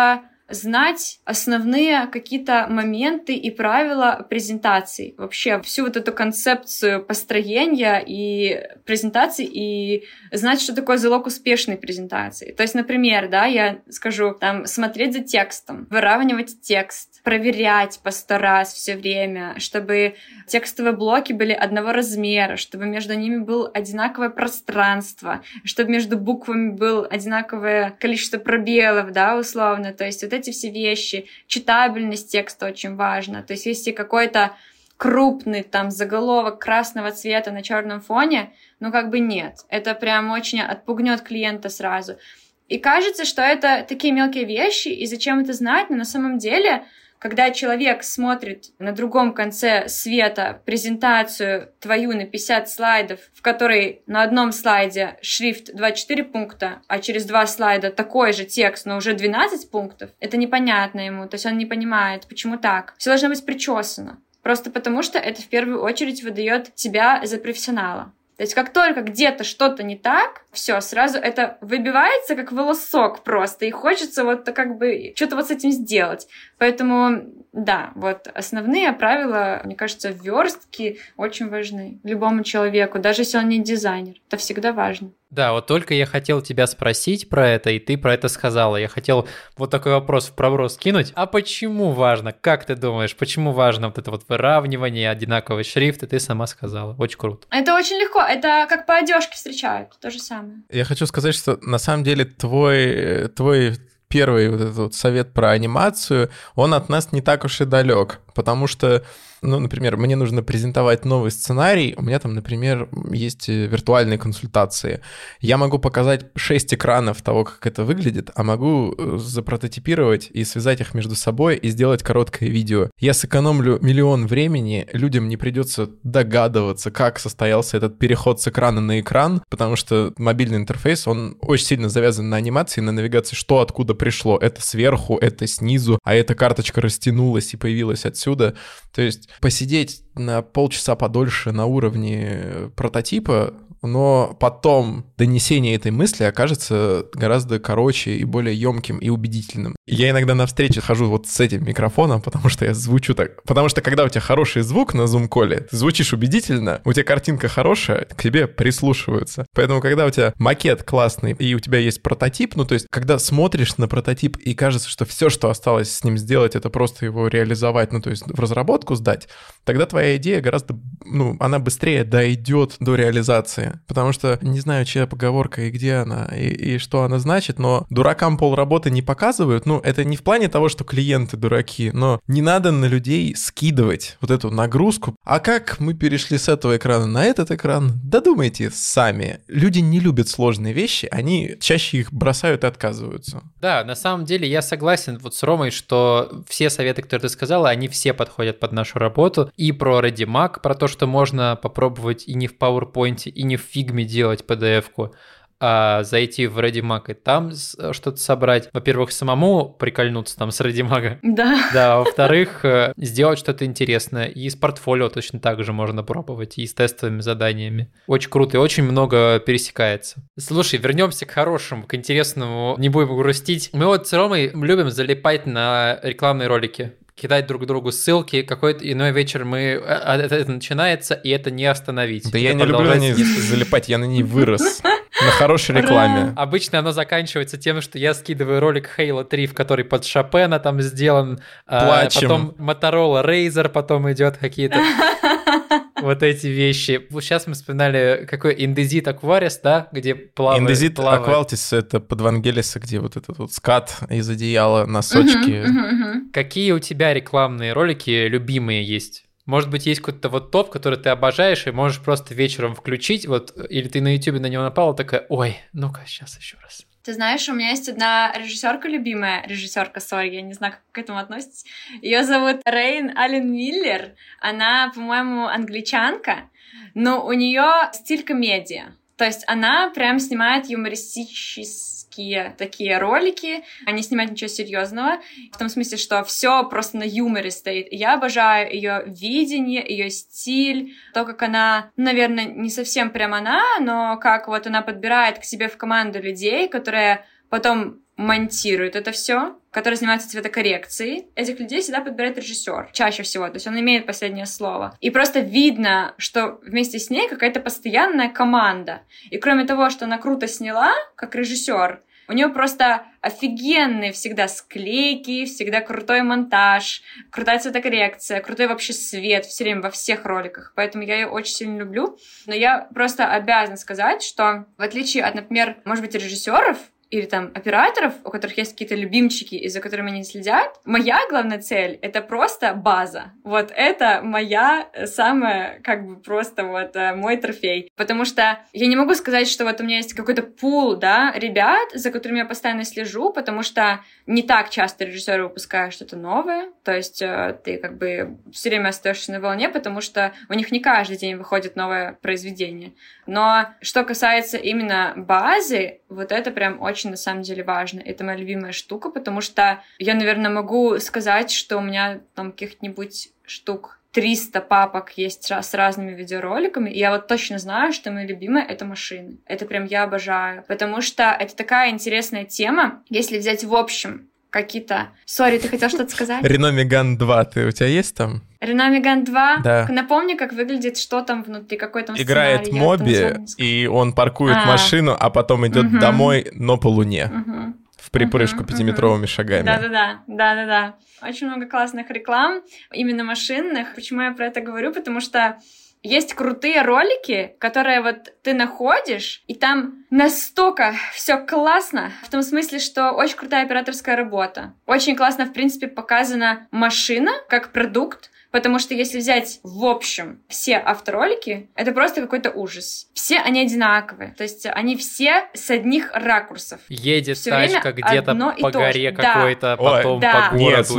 Speaker 3: знать основные какие-то моменты и правила презентаций. Вообще всю вот эту концепцию построения и презентаций, и знать, что такое залог успешной презентации. То есть, например, да, я скажу, там, смотреть за текстом, выравнивать текст, проверять по 100 раз все время, чтобы текстовые блоки были одного размера, чтобы между ними было одинаковое пространство, чтобы между буквами было одинаковое количество пробелов, да, условно. То есть вот эти все вещи, читабельность текста очень важна. То есть если какой-то крупный там заголовок красного цвета на черном фоне, ну как бы нет. Это прям очень отпугнет клиента сразу. И кажется, что это такие мелкие вещи, и зачем это знать, но на самом деле, когда человек смотрит на другом конце света презентацию твою на 50 слайдов, в которой на одном слайде шрифт 24 пункта, а через 2 слайда такой же текст, но уже 12 пунктов, это непонятно ему, то есть он не понимает, почему так. Все должно быть причесано. Просто потому, что это в первую очередь выдает тебя за профессионала. То есть как только где-то что-то не так, все, сразу это выбивается как волосок просто, и хочется вот как бы что-то вот с этим сделать. Поэтому, да, вот основные правила, мне кажется, верстки очень важны любому человеку, даже если он не дизайнер. Это всегда важно.
Speaker 1: Да, вот только я хотел тебя спросить про это, и ты про это сказала. Я хотел вот такой вопрос в проброс кинуть. А почему важно? Как ты думаешь, почему важно вот это вот выравнивание, одинаковый шрифт? И ты сама сказала. Очень круто.
Speaker 3: Это очень легко. Это как по одежке встречают. То же самое.
Speaker 2: Я хочу сказать, что на самом деле твой первый вот этот вот совет про анимацию, он от нас не так уж и далек, потому что, ну, например, мне нужно презентовать новый сценарий, у меня там, например, есть виртуальные консультации. Я могу показать 6 экранов того, как это выглядит, а могу запрототипировать и связать их между собой и сделать короткое видео. Я сэкономлю миллион времени, людям не придется догадываться, как состоялся этот переход с экрана на экран, потому что мобильный интерфейс, он очень сильно завязан на анимации, на навигации, что откуда пришло. Это сверху, это снизу, а эта карточка растянулась и появилась отсюда. То есть посидеть на полчаса подольше на уровне прототипа, но потом донесение этой мысли окажется гораздо короче и более емким и убедительным. Я иногда на встрече хожу вот с этим микрофоном, потому что я звучу так. Потому что когда у тебя хороший звук на зум-коле, ты звучишь убедительно, у тебя картинка хорошая, к тебе прислушиваются. Поэтому, когда у тебя макет классный и у тебя есть прототип, ну то есть, когда смотришь на прототип и кажется, что все, что осталось с ним сделать, это просто его реализовать, ну то есть в разработку сдать, тогда твоя идея гораздо, ну, она быстрее дойдет до реализации. Потому что не знаю, чья поговорка и где она, и что она значит, но дуракам полработы не показывают. Ну, это не в плане того, что клиенты дураки, но не надо на людей скидывать вот эту нагрузку. А как мы перешли с этого экрана на этот экран? Додумайте сами. Люди не любят сложные вещи, они чаще их бросают и отказываются.
Speaker 1: Да, на самом деле я согласен вот с Ромой, что все советы, которые ты сказала, они все подходят под нашу работу. И про ReadyMac, про то, что можно попробовать и не в PowerPoint, и не в Figma делать PDF-ку, а зайти в ReadyMac и там что-то собрать. Во-первых, самому прикольнуться там с ReadyMac.
Speaker 3: Да.
Speaker 1: Да, во-вторых, сделать что-то интересное. И с портфолио точно так же можно пробовать, и с тестовыми заданиями. Очень круто, и очень много пересекается. Слушай, вернемся к хорошему, к интересному, не будем грустить. Мы вот с Ромой любим залипать на рекламные ролики, кидать друг другу ссылки, какой-то иной вечер это начинается, и это не остановить.
Speaker 2: Да я не люблю на ней залипать, я на ней вырос. На хорошей рекламе.
Speaker 1: Обычно оно заканчивается тем, что я скидываю ролик Halo 3, в который под Шопена там сделан.
Speaker 2: Плачем.
Speaker 1: Потом Motorola Razr, потом идет какие-то вот эти вещи. Сейчас мы вспоминали, какой Indesit Aquaris, да, где плавает.
Speaker 2: Indesit Aqualtis — это под Вангелиса, где вот этот вот скат из одеяла, носочки.
Speaker 1: Какие у тебя рекламные ролики любимые есть? Может быть, есть какой-то вот топ, который ты обожаешь, и можешь просто вечером включить, вот, или ты на YouTube на него напала, такая, ой, ну-ка, сейчас еще раз.
Speaker 3: Ты знаешь, у меня есть одна режиссерка любимая, сори, я не знаю, как к этому относитесь. Ее зовут Рейн Аллен Миллер. Она, по-моему, англичанка, но у нее стиль комедия. То есть она прям снимает юмористические такие ролики, а не снимает ничего серьезного, в том смысле, что все просто на юморе стоит. И я обожаю ее видение, ее стиль, то, как она, наверное, не совсем прям она, но как вот она подбирает к себе в команду людей, которые потом монтирует это все, который занимается цветокоррекцией. Этих людей всегда подбирает режиссер, чаще всего, то есть он имеет последнее слово. И просто видно, что вместе с ней какая-то постоянная команда. И кроме того, что она круто сняла, как режиссер, у нее просто офигенные всегда склейки, всегда крутой монтаж, крутая цветокоррекция, крутой вообще свет все время во всех роликах. Поэтому я ее очень сильно люблю. Но я просто обязана сказать, что в отличие от, например, может быть, режиссеров, или там операторов, у которых есть какие-то любимчики, и за которыми они следят, моя главная цель — это просто база. Вот это моя самая, как бы просто вот мой трофей. Потому что я не могу сказать, что вот у меня есть какой-то пул, да, ребят, за которыми я постоянно слежу, потому что не так часто режиссеры выпускают что-то новое, то есть ты как бы все время остаешься на волне, потому что у них не каждый день выходит новое произведение. Но что касается именно базы, вот это прям очень на самом деле важно. Это моя любимая штука, потому что я, наверное, могу сказать, что у меня там каких-нибудь штук 300 папок есть с разными видеороликами, и я вот точно знаю, что мои любимые — это машины. Это прям я обожаю, потому что это такая интересная тема, если взять в общем какие-то... Сори, ты хотел что-то сказать?
Speaker 2: Renault Megane 2, у тебя есть там?
Speaker 3: Renault Megane 2?
Speaker 2: Да.
Speaker 3: Напомни, как выглядит, что там внутри, какой там
Speaker 2: Играет
Speaker 3: сценарий.
Speaker 2: Моби, и он паркует машину, а потом идет домой, но по луне. В припрыжку 5-метровыми шагами.
Speaker 3: Да. Очень много классных реклам, именно машинных. Почему я про это говорю? Потому что есть крутые ролики, которые вот ты находишь, и там настолько все классно, в том смысле, что очень крутая операторская работа. Очень классно, в принципе, показана машина как продукт, потому что если взять в общем все авторолики, это просто какой-то ужас. Все они одинаковые, то есть они все с одних ракурсов.
Speaker 1: Едет
Speaker 3: всё
Speaker 1: тачка где-то по горе какой-то, потом по городу,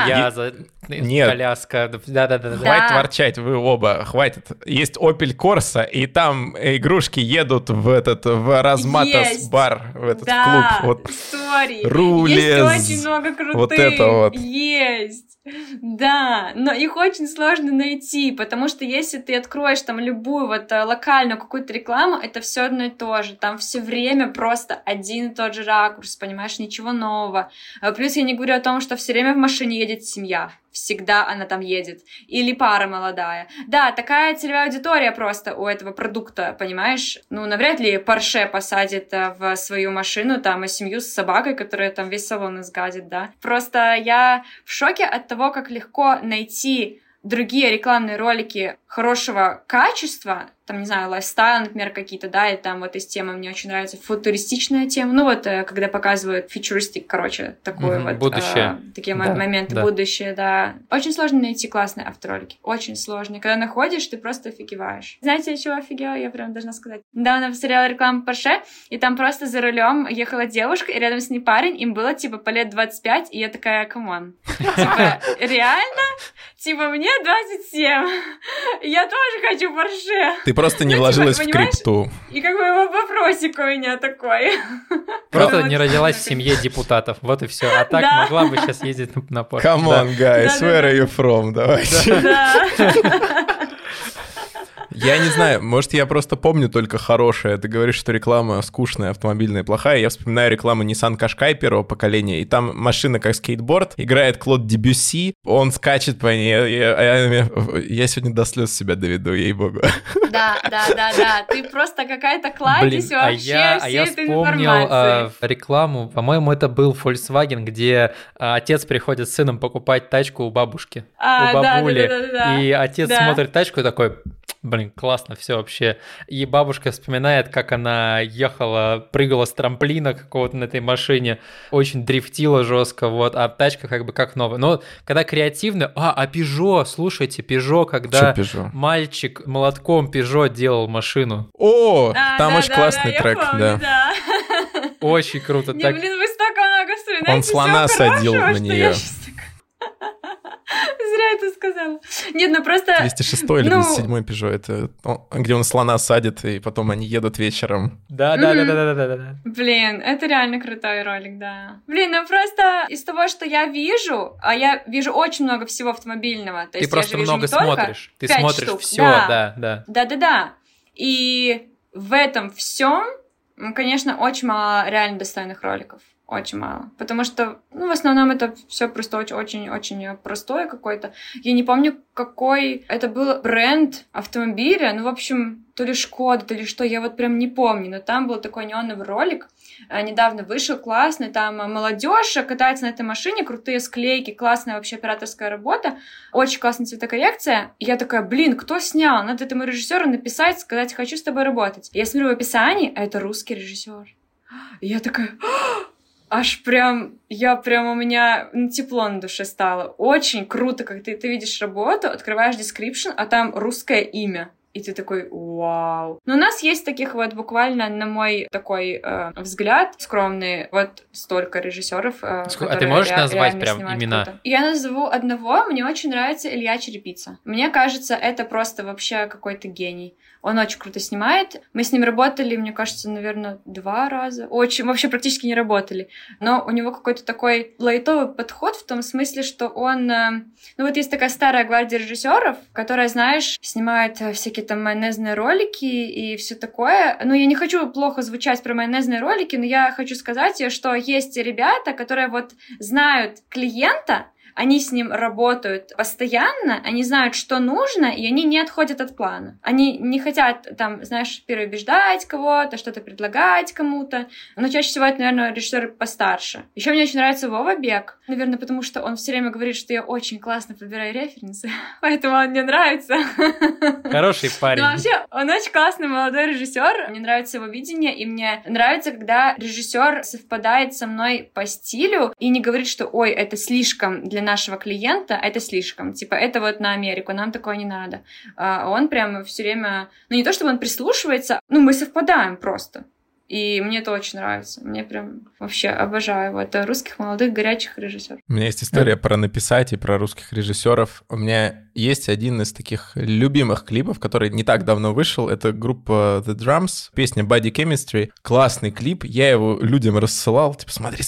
Speaker 2: Нет,
Speaker 1: коляска. Да.
Speaker 2: Хватит ворчать, вы оба, хватит. Есть Opel Corsa, и там игрушки едут в Разматос-бар, в этот клуб. Вот. Рулез.
Speaker 3: Есть очень много крутых.
Speaker 2: Вот это вот.
Speaker 3: Есть. Да, но их очень сложно найти, потому что если ты откроешь там любую вот локальную какую-то рекламу, это все одно и то же. Там все время просто один и тот же ракурс, понимаешь, ничего нового. Плюс я не говорю о том, что все время в машине едет семья. Всегда она там едет. Или пара молодая. Да, такая целевая аудитория просто у этого продукта, понимаешь? Ну, навряд ли Porsche посадит в свою машину там и семью с собакой, которая там весь салон изгадит, да? Просто я в шоке от того, как легко найти другие рекламные ролики хорошего качества, там, не знаю, лайфстайл, например, какие-то, да, и там вот из темы мне очень нравится футуристичная тема, ну вот, когда показывают фьючеристик, короче, такое вот...
Speaker 1: Будущее.
Speaker 3: Такие моменты, будущее, да. Очень сложно найти классные авторолики, очень сложно. Когда находишь, ты просто офигеваешь. Знаете, я чего офигела? Я прям должна сказать. Недавно посмотрела рекламу Porsche, и там просто за рулем ехала девушка, и рядом с ней парень, им было, типа, по лет 25, и я такая, камон. Типа, реально? Типа, мне 27. Я тоже хочу Porsche.
Speaker 2: Ты просто не вложилась в крипту.
Speaker 3: И как бы вопросик у меня такой.
Speaker 1: Просто не родилась в семье депутатов. Вот и все. А так могла бы сейчас ездить на Porsche.
Speaker 2: Come on, guys, where are you from? Давайте. Я не знаю, может, я просто помню только хорошее. Ты говоришь, что реклама скучная, автомобильная, плохая. Я вспоминаю рекламу Nissan Qashqai первого поколения, и там машина как скейтборд, играет Клод Дебюсси, он скачет по ней. Я сегодня до слез себя доведу, ей-богу.
Speaker 3: Да. Ты просто какая-то кладезь вообще всей этой информации.
Speaker 1: Я вспомнил рекламу, по-моему, это был Volkswagen, где отец приходит с сыном покупать тачку у бабушки, у бабули, и отец смотрит тачку и такой... Блин, классно все вообще. И бабушка вспоминает, как она ехала, прыгала с трамплина какого-то на этой машине, очень дрифтила жестко, вот, а тачка как бы как новая. Но когда креативно... Peugeot, слушайте, Peugeot, когда мальчик молотком Peugeot делал машину.
Speaker 2: Там очень классный трек,
Speaker 3: да.
Speaker 1: Очень круто.
Speaker 3: Блин, вы столько много вспоминаете.
Speaker 2: Он слона садил на нее.
Speaker 3: Зря это сказала. Нет, ну просто...
Speaker 2: 206 или 207 Peugeot, это где он слона садит, и потом они едут вечером.
Speaker 1: Да.
Speaker 3: Блин, это реально крутой ролик, да. Блин, ну просто из того, что я вижу, а я вижу очень много всего автомобильного. То есть
Speaker 1: ты просто много смотришь. Ты смотришь все, да.
Speaker 3: Да. И в этом всем, конечно, очень мало реально достойных роликов. Очень мало. Потому что, в основном это все просто очень-очень простое какое-то. Я не помню, какой это был бренд автомобиля. В общем, то ли Шкода, то ли что, я вот прям не помню. Но там был такой неоновый ролик. Недавно вышел, классный. Там молодежь катается на этой машине, крутые склейки, классная вообще операторская работа. Очень классная цветокоррекция. И я такая, кто снял? Надо этому режиссеру написать, сказать, хочу с тобой работать. Я смотрю в описании, а это русский режиссер. И я такая... у меня тепло на душе стало. Очень круто, как ты видишь работу, открываешь description, а там русское имя. И ты такой, вау. Но у нас есть таких вот буквально, на мой такой взгляд, скромный, вот столько режиссеров.
Speaker 1: А ты можешь назвать прям имена?
Speaker 3: Круто. Я назову одного, мне очень нравится Илья Черепица. Мне кажется, это просто вообще какой-то гений. Он очень круто снимает. Мы с ним работали, мне кажется, наверное, 2 раза. Вообще практически не работали. Но у него какой-то такой лайтовый подход в том смысле, что он... вот есть такая старая гвардия режиссеров, которая, знаешь, снимает всякие там майонезные ролики и все такое. Я не хочу плохо звучать про майонезные ролики, но я хочу сказать, что есть ребята, которые вот знают клиента, они с ним работают постоянно, они знают, что нужно, и они не отходят от плана. Они не хотят, переубеждать кого-то, что-то предлагать кому-то. Но чаще всего это, наверное, режиссеры постарше. Еще мне очень нравится Вова Бек. Наверное, потому что он все время говорит, что я очень классно подбираю референсы, поэтому он мне нравится.
Speaker 1: Хороший парень.
Speaker 3: Но вообще, он очень классный молодой режиссер. Мне нравится его видение, и мне нравится, когда режиссер совпадает со мной по стилю и не говорит, что ой, это слишком для нашего клиента, это слишком. Это вот на Америку, нам такое не надо. Он прямо все время... не то чтобы он прислушивается, мы совпадаем просто. И мне это очень нравится. Мне прям вообще обожаю вот русских молодых горячих режиссеров.
Speaker 2: У меня есть история про написать и про русских режиссеров. У меня есть один из таких любимых клипов, который не так давно вышел. Это группа The Drums, песня Body Chemistry. Классный клип. Я его людям рассылал.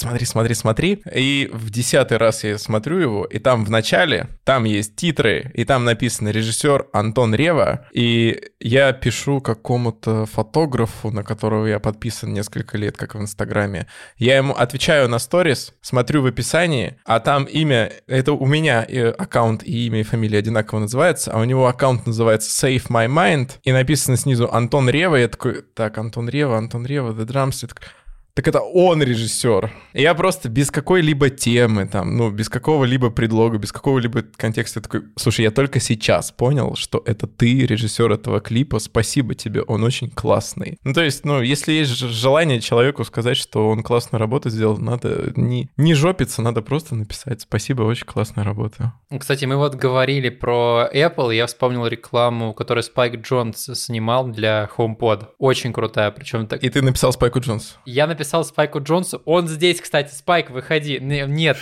Speaker 2: Смотри. И в 10-й раз я смотрю его, и там в начале, там есть титры, и там написано режиссер Антон Рева. И я пишу какому-то фотографу, на которого я подписан несколько лет, как в Инстаграме. Я ему отвечаю на сторис, смотрю в описании, а там имя, это у меня аккаунт и имя и фамилия одинаково называется, а у него аккаунт называется Save My Mind, и написано снизу Антон Рева. Я такой, так, Антон Рева, The Drums. Я такой, так это он режиссер. И я просто без какой-либо темы, без какого-либо предлога, без какого-либо контекста такой, слушай, я только сейчас понял, что это ты режиссер этого клипа, спасибо тебе, он очень классный. То есть, если есть желание человеку сказать, что он классную работу сделал, надо не жопиться, надо просто написать спасибо, очень классная работа.
Speaker 1: Кстати, мы вот говорили про Apple, я вспомнил рекламу, которую Спайк Джонс снимал для HomePod. Очень крутая, причем так...
Speaker 2: И ты написал Спайку Джонсу?
Speaker 1: Я написал Спайку Джонсу. Он здесь, кстати, Спайк, выходи. Нет,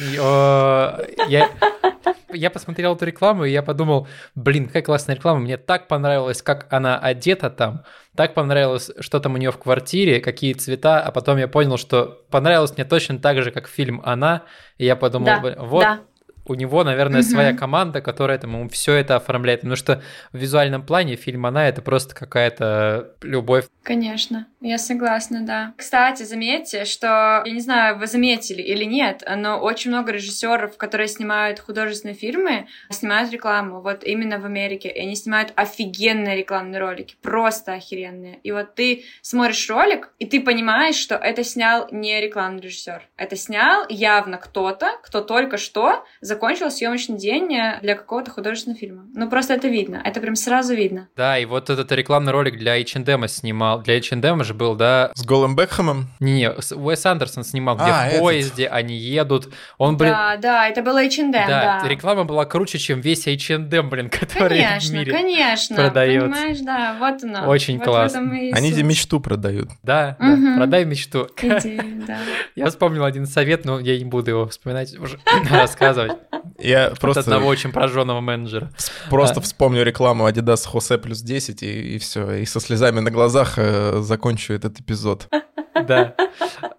Speaker 1: я посмотрел эту рекламу, и я подумал, какая классная реклама. Мне так понравилось, как она одета там. Так понравилось, что там у нее в квартире, какие цвета. А потом я понял, что понравилось мне точно так же, как фильм «Она». И я подумал, у него, наверное, своя команда, которая ему все это оформляет. Потому что в визуальном плане фильм «Она» — это просто какая-то любовь.
Speaker 3: Конечно, я согласна, да. Кстати, заметьте, что, я не знаю, вы заметили или нет, но очень много режиссеров, которые снимают художественные фильмы, снимают рекламу, вот именно в Америке. И они снимают офигенные рекламные ролики, просто охеренные. И вот ты смотришь ролик, и ты понимаешь, что это снял не рекламный режиссер. Это снял явно кто-то, кто только что закончил съемочный день для какого-то художественного фильма. Просто это видно, это прям сразу видно.
Speaker 1: Да, и вот этот рекламный ролик для H&M снимал. Для H&M же был, да?
Speaker 2: С Голым Бекхэмом?
Speaker 1: Не, Уэс Андерсон снимал, где в поезде они едут.
Speaker 3: Да, это было H&M, да.
Speaker 1: Реклама была круче, чем весь H&M, который в мире продает.
Speaker 3: Понимаешь, да, вот оно.
Speaker 1: Очень классно.
Speaker 2: Они мечту продают.
Speaker 1: Да, продай мечту.
Speaker 3: Да.
Speaker 1: Я вспомнил один совет, но я не буду его вспоминать, уже рассказывать.
Speaker 2: Я просто...
Speaker 1: От одного очень прожженного менеджера.
Speaker 2: Просто вспомню рекламу Adidas Jose плюс 10 и все. И со слезами на глазах закончу этот эпизод.
Speaker 1: Да.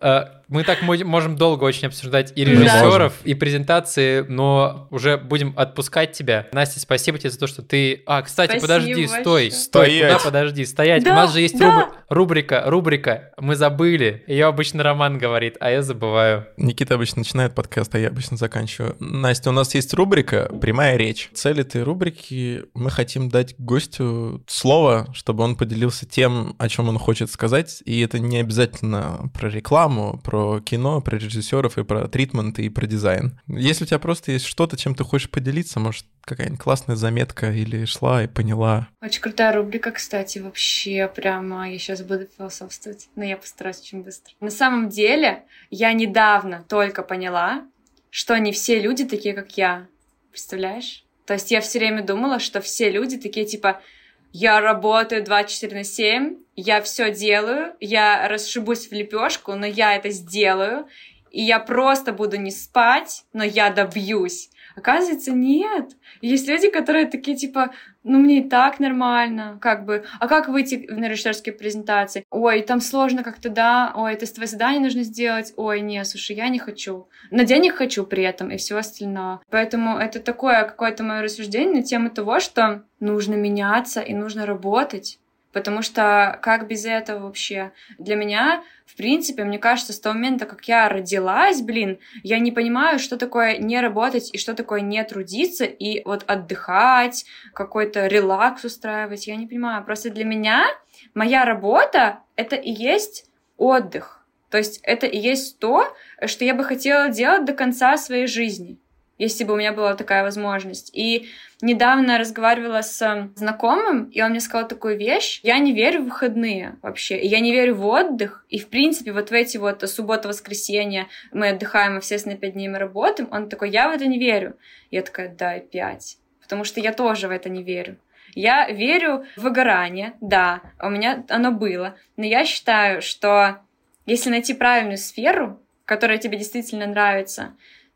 Speaker 1: Мы так можем долго очень обсуждать и режиссеров, и презентации, но уже будем отпускать тебя. Настя, спасибо тебе за то, что ты... кстати,
Speaker 3: Спасибо
Speaker 1: подожди,
Speaker 3: большое.
Speaker 1: стой, куда подожди, стоять.
Speaker 3: Да,
Speaker 1: У нас же есть
Speaker 3: да.
Speaker 1: рубрика, мы забыли. Ее обычно Роман говорит, а я забываю.
Speaker 2: Никита обычно начинает подкаст, а я обычно заканчиваю. Настя, у нас есть рубрика «Прямая речь». Цель этой рубрики — мы хотим дать гостю слово, чтобы он поделился тем, о чем он хочет сказать. И это не обязательно про рекламу, про кино, про режиссеров и про тритмент и про дизайн. Если у тебя просто есть что-то, чем ты хочешь поделиться, может, какая-нибудь классная заметка или шла и поняла.
Speaker 3: Очень крутая рубрика, кстати, вообще прямо я сейчас буду философствовать, но я постараюсь очень быстро. На самом деле, я недавно только поняла, что не все люди такие, как я. Представляешь? То есть я все время думала, что все люди такие, типа, я работаю 24/7, я все делаю, я расшибусь в лепешку, но я это сделаю, и я просто буду не спать, но я добьюсь. Оказывается, нет. Есть люди, которые такие, типа, мне и так нормально, как бы. А как выйти на режиссерские презентации? Ой, там сложно как-то, да. Ой, тестовое задание нужно сделать. Ой, нет, слушай, я не хочу. Но денег хочу при этом и все остальное. Поэтому это такое какое-то мое рассуждение на тему того, что нужно меняться и нужно работать. Потому что как без этого вообще? Для меня, в принципе, мне кажется, с того момента, как я родилась, я не понимаю, что такое не работать и что такое не трудиться, и вот отдыхать, какой-то релакс устраивать, я не понимаю. Просто для меня моя работа — это и есть отдых. То есть это и есть то, что я бы хотела делать до конца своей жизни, если бы у меня была такая возможность. И недавно разговаривала с знакомым, и он мне сказал такую вещь. Я не верю в выходные вообще, и я не верю в отдых. И, в принципе, вот в эти вот суббота-воскресенье мы отдыхаем, а естественно, 5 дней мы работаем. Он такой, я в это не верю. Я такая, да, 5. Потому что я тоже в это не верю. Я верю в выгорание, да, у меня оно было. Но я считаю, что если найти правильную сферу, которая тебе действительно нравится,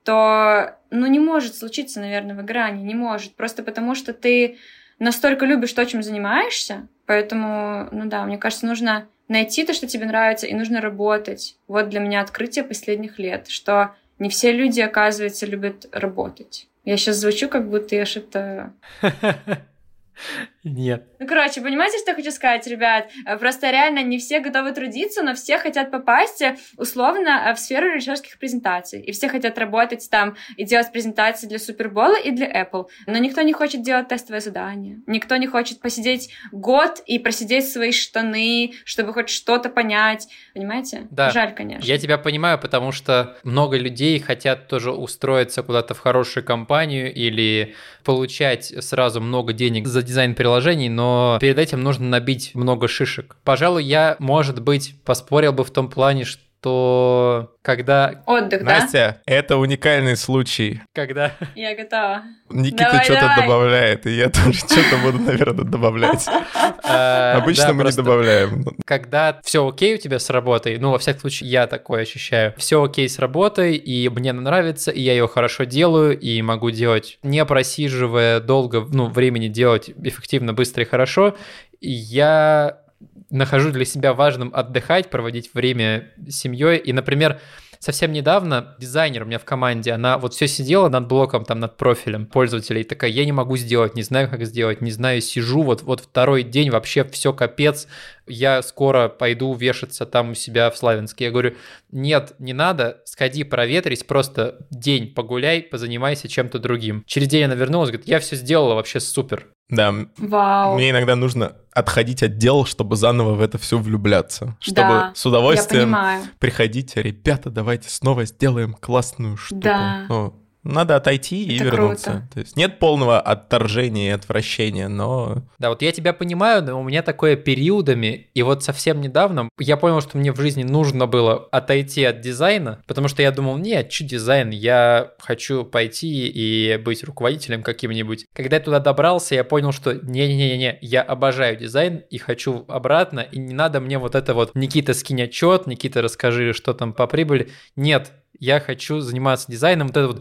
Speaker 3: то, не может случиться, наверное, выгорание, не может. Просто потому, что ты настолько любишь то, чем занимаешься, поэтому, мне кажется, нужно найти то, что тебе нравится, и нужно работать. Вот для меня открытие последних лет, что не все люди, оказывается, любят работать. Я сейчас звучу, как будто я что-то...
Speaker 1: Нет.
Speaker 3: Короче, понимаете, что я хочу сказать, ребят? Просто реально не все готовы трудиться, но все хотят попасть условно в сферу режиссерских презентаций. И все хотят работать там и делать презентации для Супербола и для Apple. Но никто не хочет делать тестовое задание. Никто не хочет посидеть год и просидеть свои штаны, чтобы хоть что-то понять. Понимаете?
Speaker 1: Да.
Speaker 3: Жаль, конечно.
Speaker 1: Я тебя понимаю, потому что много людей хотят тоже устроиться куда-то в хорошую компанию или получать сразу много денег за дизайн приложений, но перед этим нужно набить много шишек. Пожалуй, я, может быть, поспорил бы в том плане, что когда...
Speaker 3: Отдых,
Speaker 2: Настя, это уникальный случай.
Speaker 1: Когда...
Speaker 3: Я готова.
Speaker 2: Никита что-то добавляет, и я тоже что-то буду, наверное, добавлять. Обычно мы не добавляем.
Speaker 1: Когда все окей у тебя с работой, во всяком случае, я такое ощущаю. Все окей с работой, и мне она нравится, и я ее хорошо делаю, и могу делать, не просиживая долго, времени делать эффективно, быстро и хорошо. И я нахожу для себя важным отдыхать, проводить время с семьей. И, например, совсем недавно дизайнер у меня в команде, она вот все сидела над блоком, там, над профилем пользователей, такая, я не могу сделать, не знаю, как сделать, не знаю, сижу, вот второй день, вообще все капец, я скоро пойду вешаться там у себя в Славянске. Я говорю, нет, не надо, сходи проветрись, просто день погуляй, позанимайся чем-то другим. Через день она вернулась, говорит, я все сделала вообще супер.
Speaker 2: Да,
Speaker 3: Вау.
Speaker 2: Мне иногда нужно отходить от дел, чтобы заново в это все влюбляться. Чтобы с удовольствием приходить, ребята, давайте снова сделаем классную штуку.
Speaker 3: Да.
Speaker 2: Надо отойти и вернуться. Круто. То есть нет полного отторжения и отвращения, но...
Speaker 1: Да, вот я тебя понимаю, но у меня такое периодами, и вот совсем недавно я понял, что мне в жизни нужно было отойти от дизайна, потому что я думал, нет, что дизайн, я хочу пойти и быть руководителем каким-нибудь. Когда я туда добрался, я понял, что не-не-не, я обожаю дизайн и хочу обратно, и не надо мне вот это вот, Никита, скинь отчет, Никита, расскажи, что там по прибыли. Нет, я хочу заниматься дизайном, вот это вот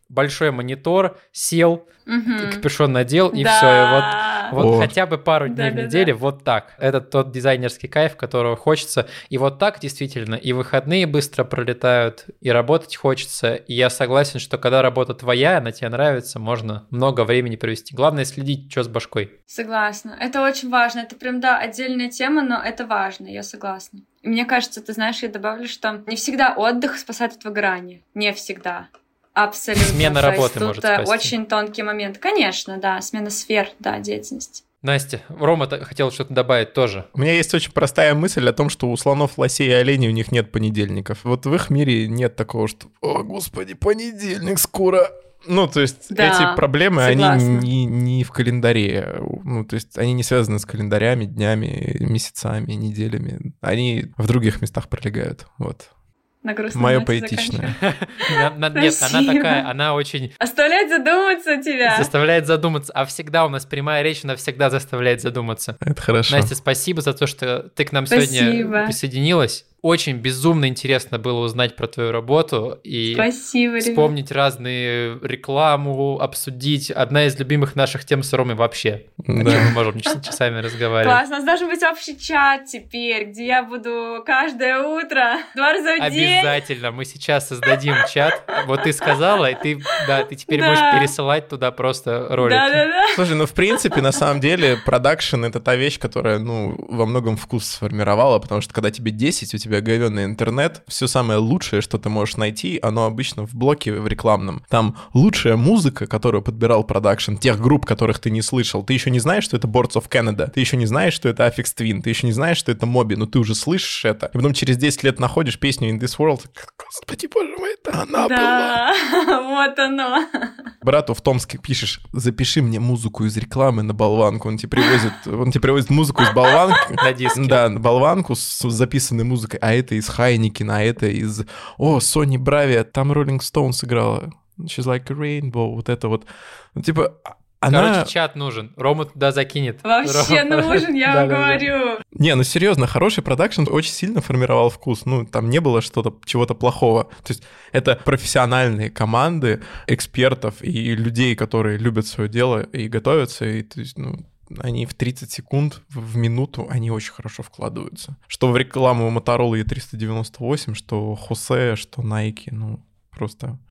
Speaker 1: большой монитор, сел, капюшон надел, и
Speaker 3: Да.
Speaker 1: все. И вот
Speaker 2: О.
Speaker 1: хотя бы пару дней в
Speaker 3: Да-да-да.
Speaker 1: неделю вот так. Это тот дизайнерский кайф, которого хочется. И вот так действительно и выходные быстро пролетают, и работать хочется. И я согласен, что когда работа твоя, она тебе нравится, можно много времени провести. Главное следить, что с башкой.
Speaker 3: Согласна. Это очень важно. Это прям, да, отдельная тема, но это важно, я согласна. И мне кажется, ты знаешь, я добавлю, что не всегда отдых спасает от выгорания. Не всегда. Абсолютно.
Speaker 1: Смена
Speaker 3: То есть
Speaker 1: работы
Speaker 3: тут
Speaker 1: может спасти.
Speaker 3: очень тонкий момент. Конечно, да, смена сфер, да, деятельности.
Speaker 1: Настя, Рома хотел что-то добавить тоже.
Speaker 2: У меня есть очень простая мысль о том, что у слонов, лосей и оленей у них нет понедельников. Вот в их мире нет такого, что «О, господи, понедельник скоро». Ну, то есть
Speaker 3: Да,
Speaker 2: эти проблемы,
Speaker 3: согласна.
Speaker 2: они не в календаре. Ну, то есть они не связаны с календарями, днями, месяцами, неделями. Они в других местах пролегают. Вот.
Speaker 3: На грустной
Speaker 2: Мое
Speaker 3: ноте
Speaker 2: поэтичное.
Speaker 3: заканчиваем.
Speaker 1: Нет, она
Speaker 3: Спасибо.
Speaker 1: такая, она очень
Speaker 3: Оставлять задуматься тебя.
Speaker 1: заставляет задуматься. А всегда у нас прямая речь, она всегда заставляет задуматься.
Speaker 2: Это хорошо.
Speaker 1: Настя, спасибо за то, что ты к нам сегодня
Speaker 3: Спасибо.
Speaker 1: присоединилась. Очень безумно интересно было узнать про твою работу и
Speaker 3: Спасибо, ребят.
Speaker 1: вспомнить разные рекламу, обсудить. Одна из любимых наших тем с Ромой вообще. О чем
Speaker 2: Да.
Speaker 1: мы можем часами разговаривать.
Speaker 3: Класс, у нас должен быть общий чат теперь, где я буду каждое утро, 2 раза в день.
Speaker 1: Обязательно. Мы сейчас создадим чат. Вот ты сказала, и ты теперь
Speaker 3: Да.
Speaker 1: можешь пересылать туда просто ролики.
Speaker 3: Да-да-да.
Speaker 2: Слушай, ну в принципе, на самом деле, продакшн — это та вещь, которая, ну, во многом вкус сформировала, потому что когда тебе 10, у тебя говёный интернет, все самое лучшее, что ты можешь найти, оно обычно в блоке в рекламном. Там лучшая музыка, которую подбирал продакшн, тех групп, которых ты не слышал. Ты еще не знаешь, что это Boards of Canada, ты еще не знаешь, что это Aphex Twin, ты еще не знаешь, что это Моби, но ты уже слышишь это. И потом через 10 лет находишь песню In This World, господи боже мой, это она была.
Speaker 3: Да, вот оно.
Speaker 2: Брату в Томске пишешь: запиши мне музыку из рекламы на болванку. Он тебе привозит музыку из болванки.
Speaker 1: На диске.
Speaker 2: Да, болванку с записанной музыкой. А это из Хайникина, а это из... О, Сони Брави, там Rolling Stones играла. She's like a rainbow. Вот это вот. Ну, типа, она...
Speaker 1: Короче, чат нужен. Рома туда закинет.
Speaker 3: Вообще
Speaker 1: Рома.
Speaker 3: нужен, я вам
Speaker 1: Да-да-да.
Speaker 3: говорю.
Speaker 2: Не, ну серьезно, хороший продакшн очень сильно формировал вкус. Ну, там не было чего-то плохого. То есть это профессиональные команды экспертов и людей, которые любят свое дело и готовятся. И, то есть, ну, они в 30 секунд, в минуту, они очень хорошо вкладываются. Что в рекламу Motorola E398, что Хосе, что Nike, ну, просто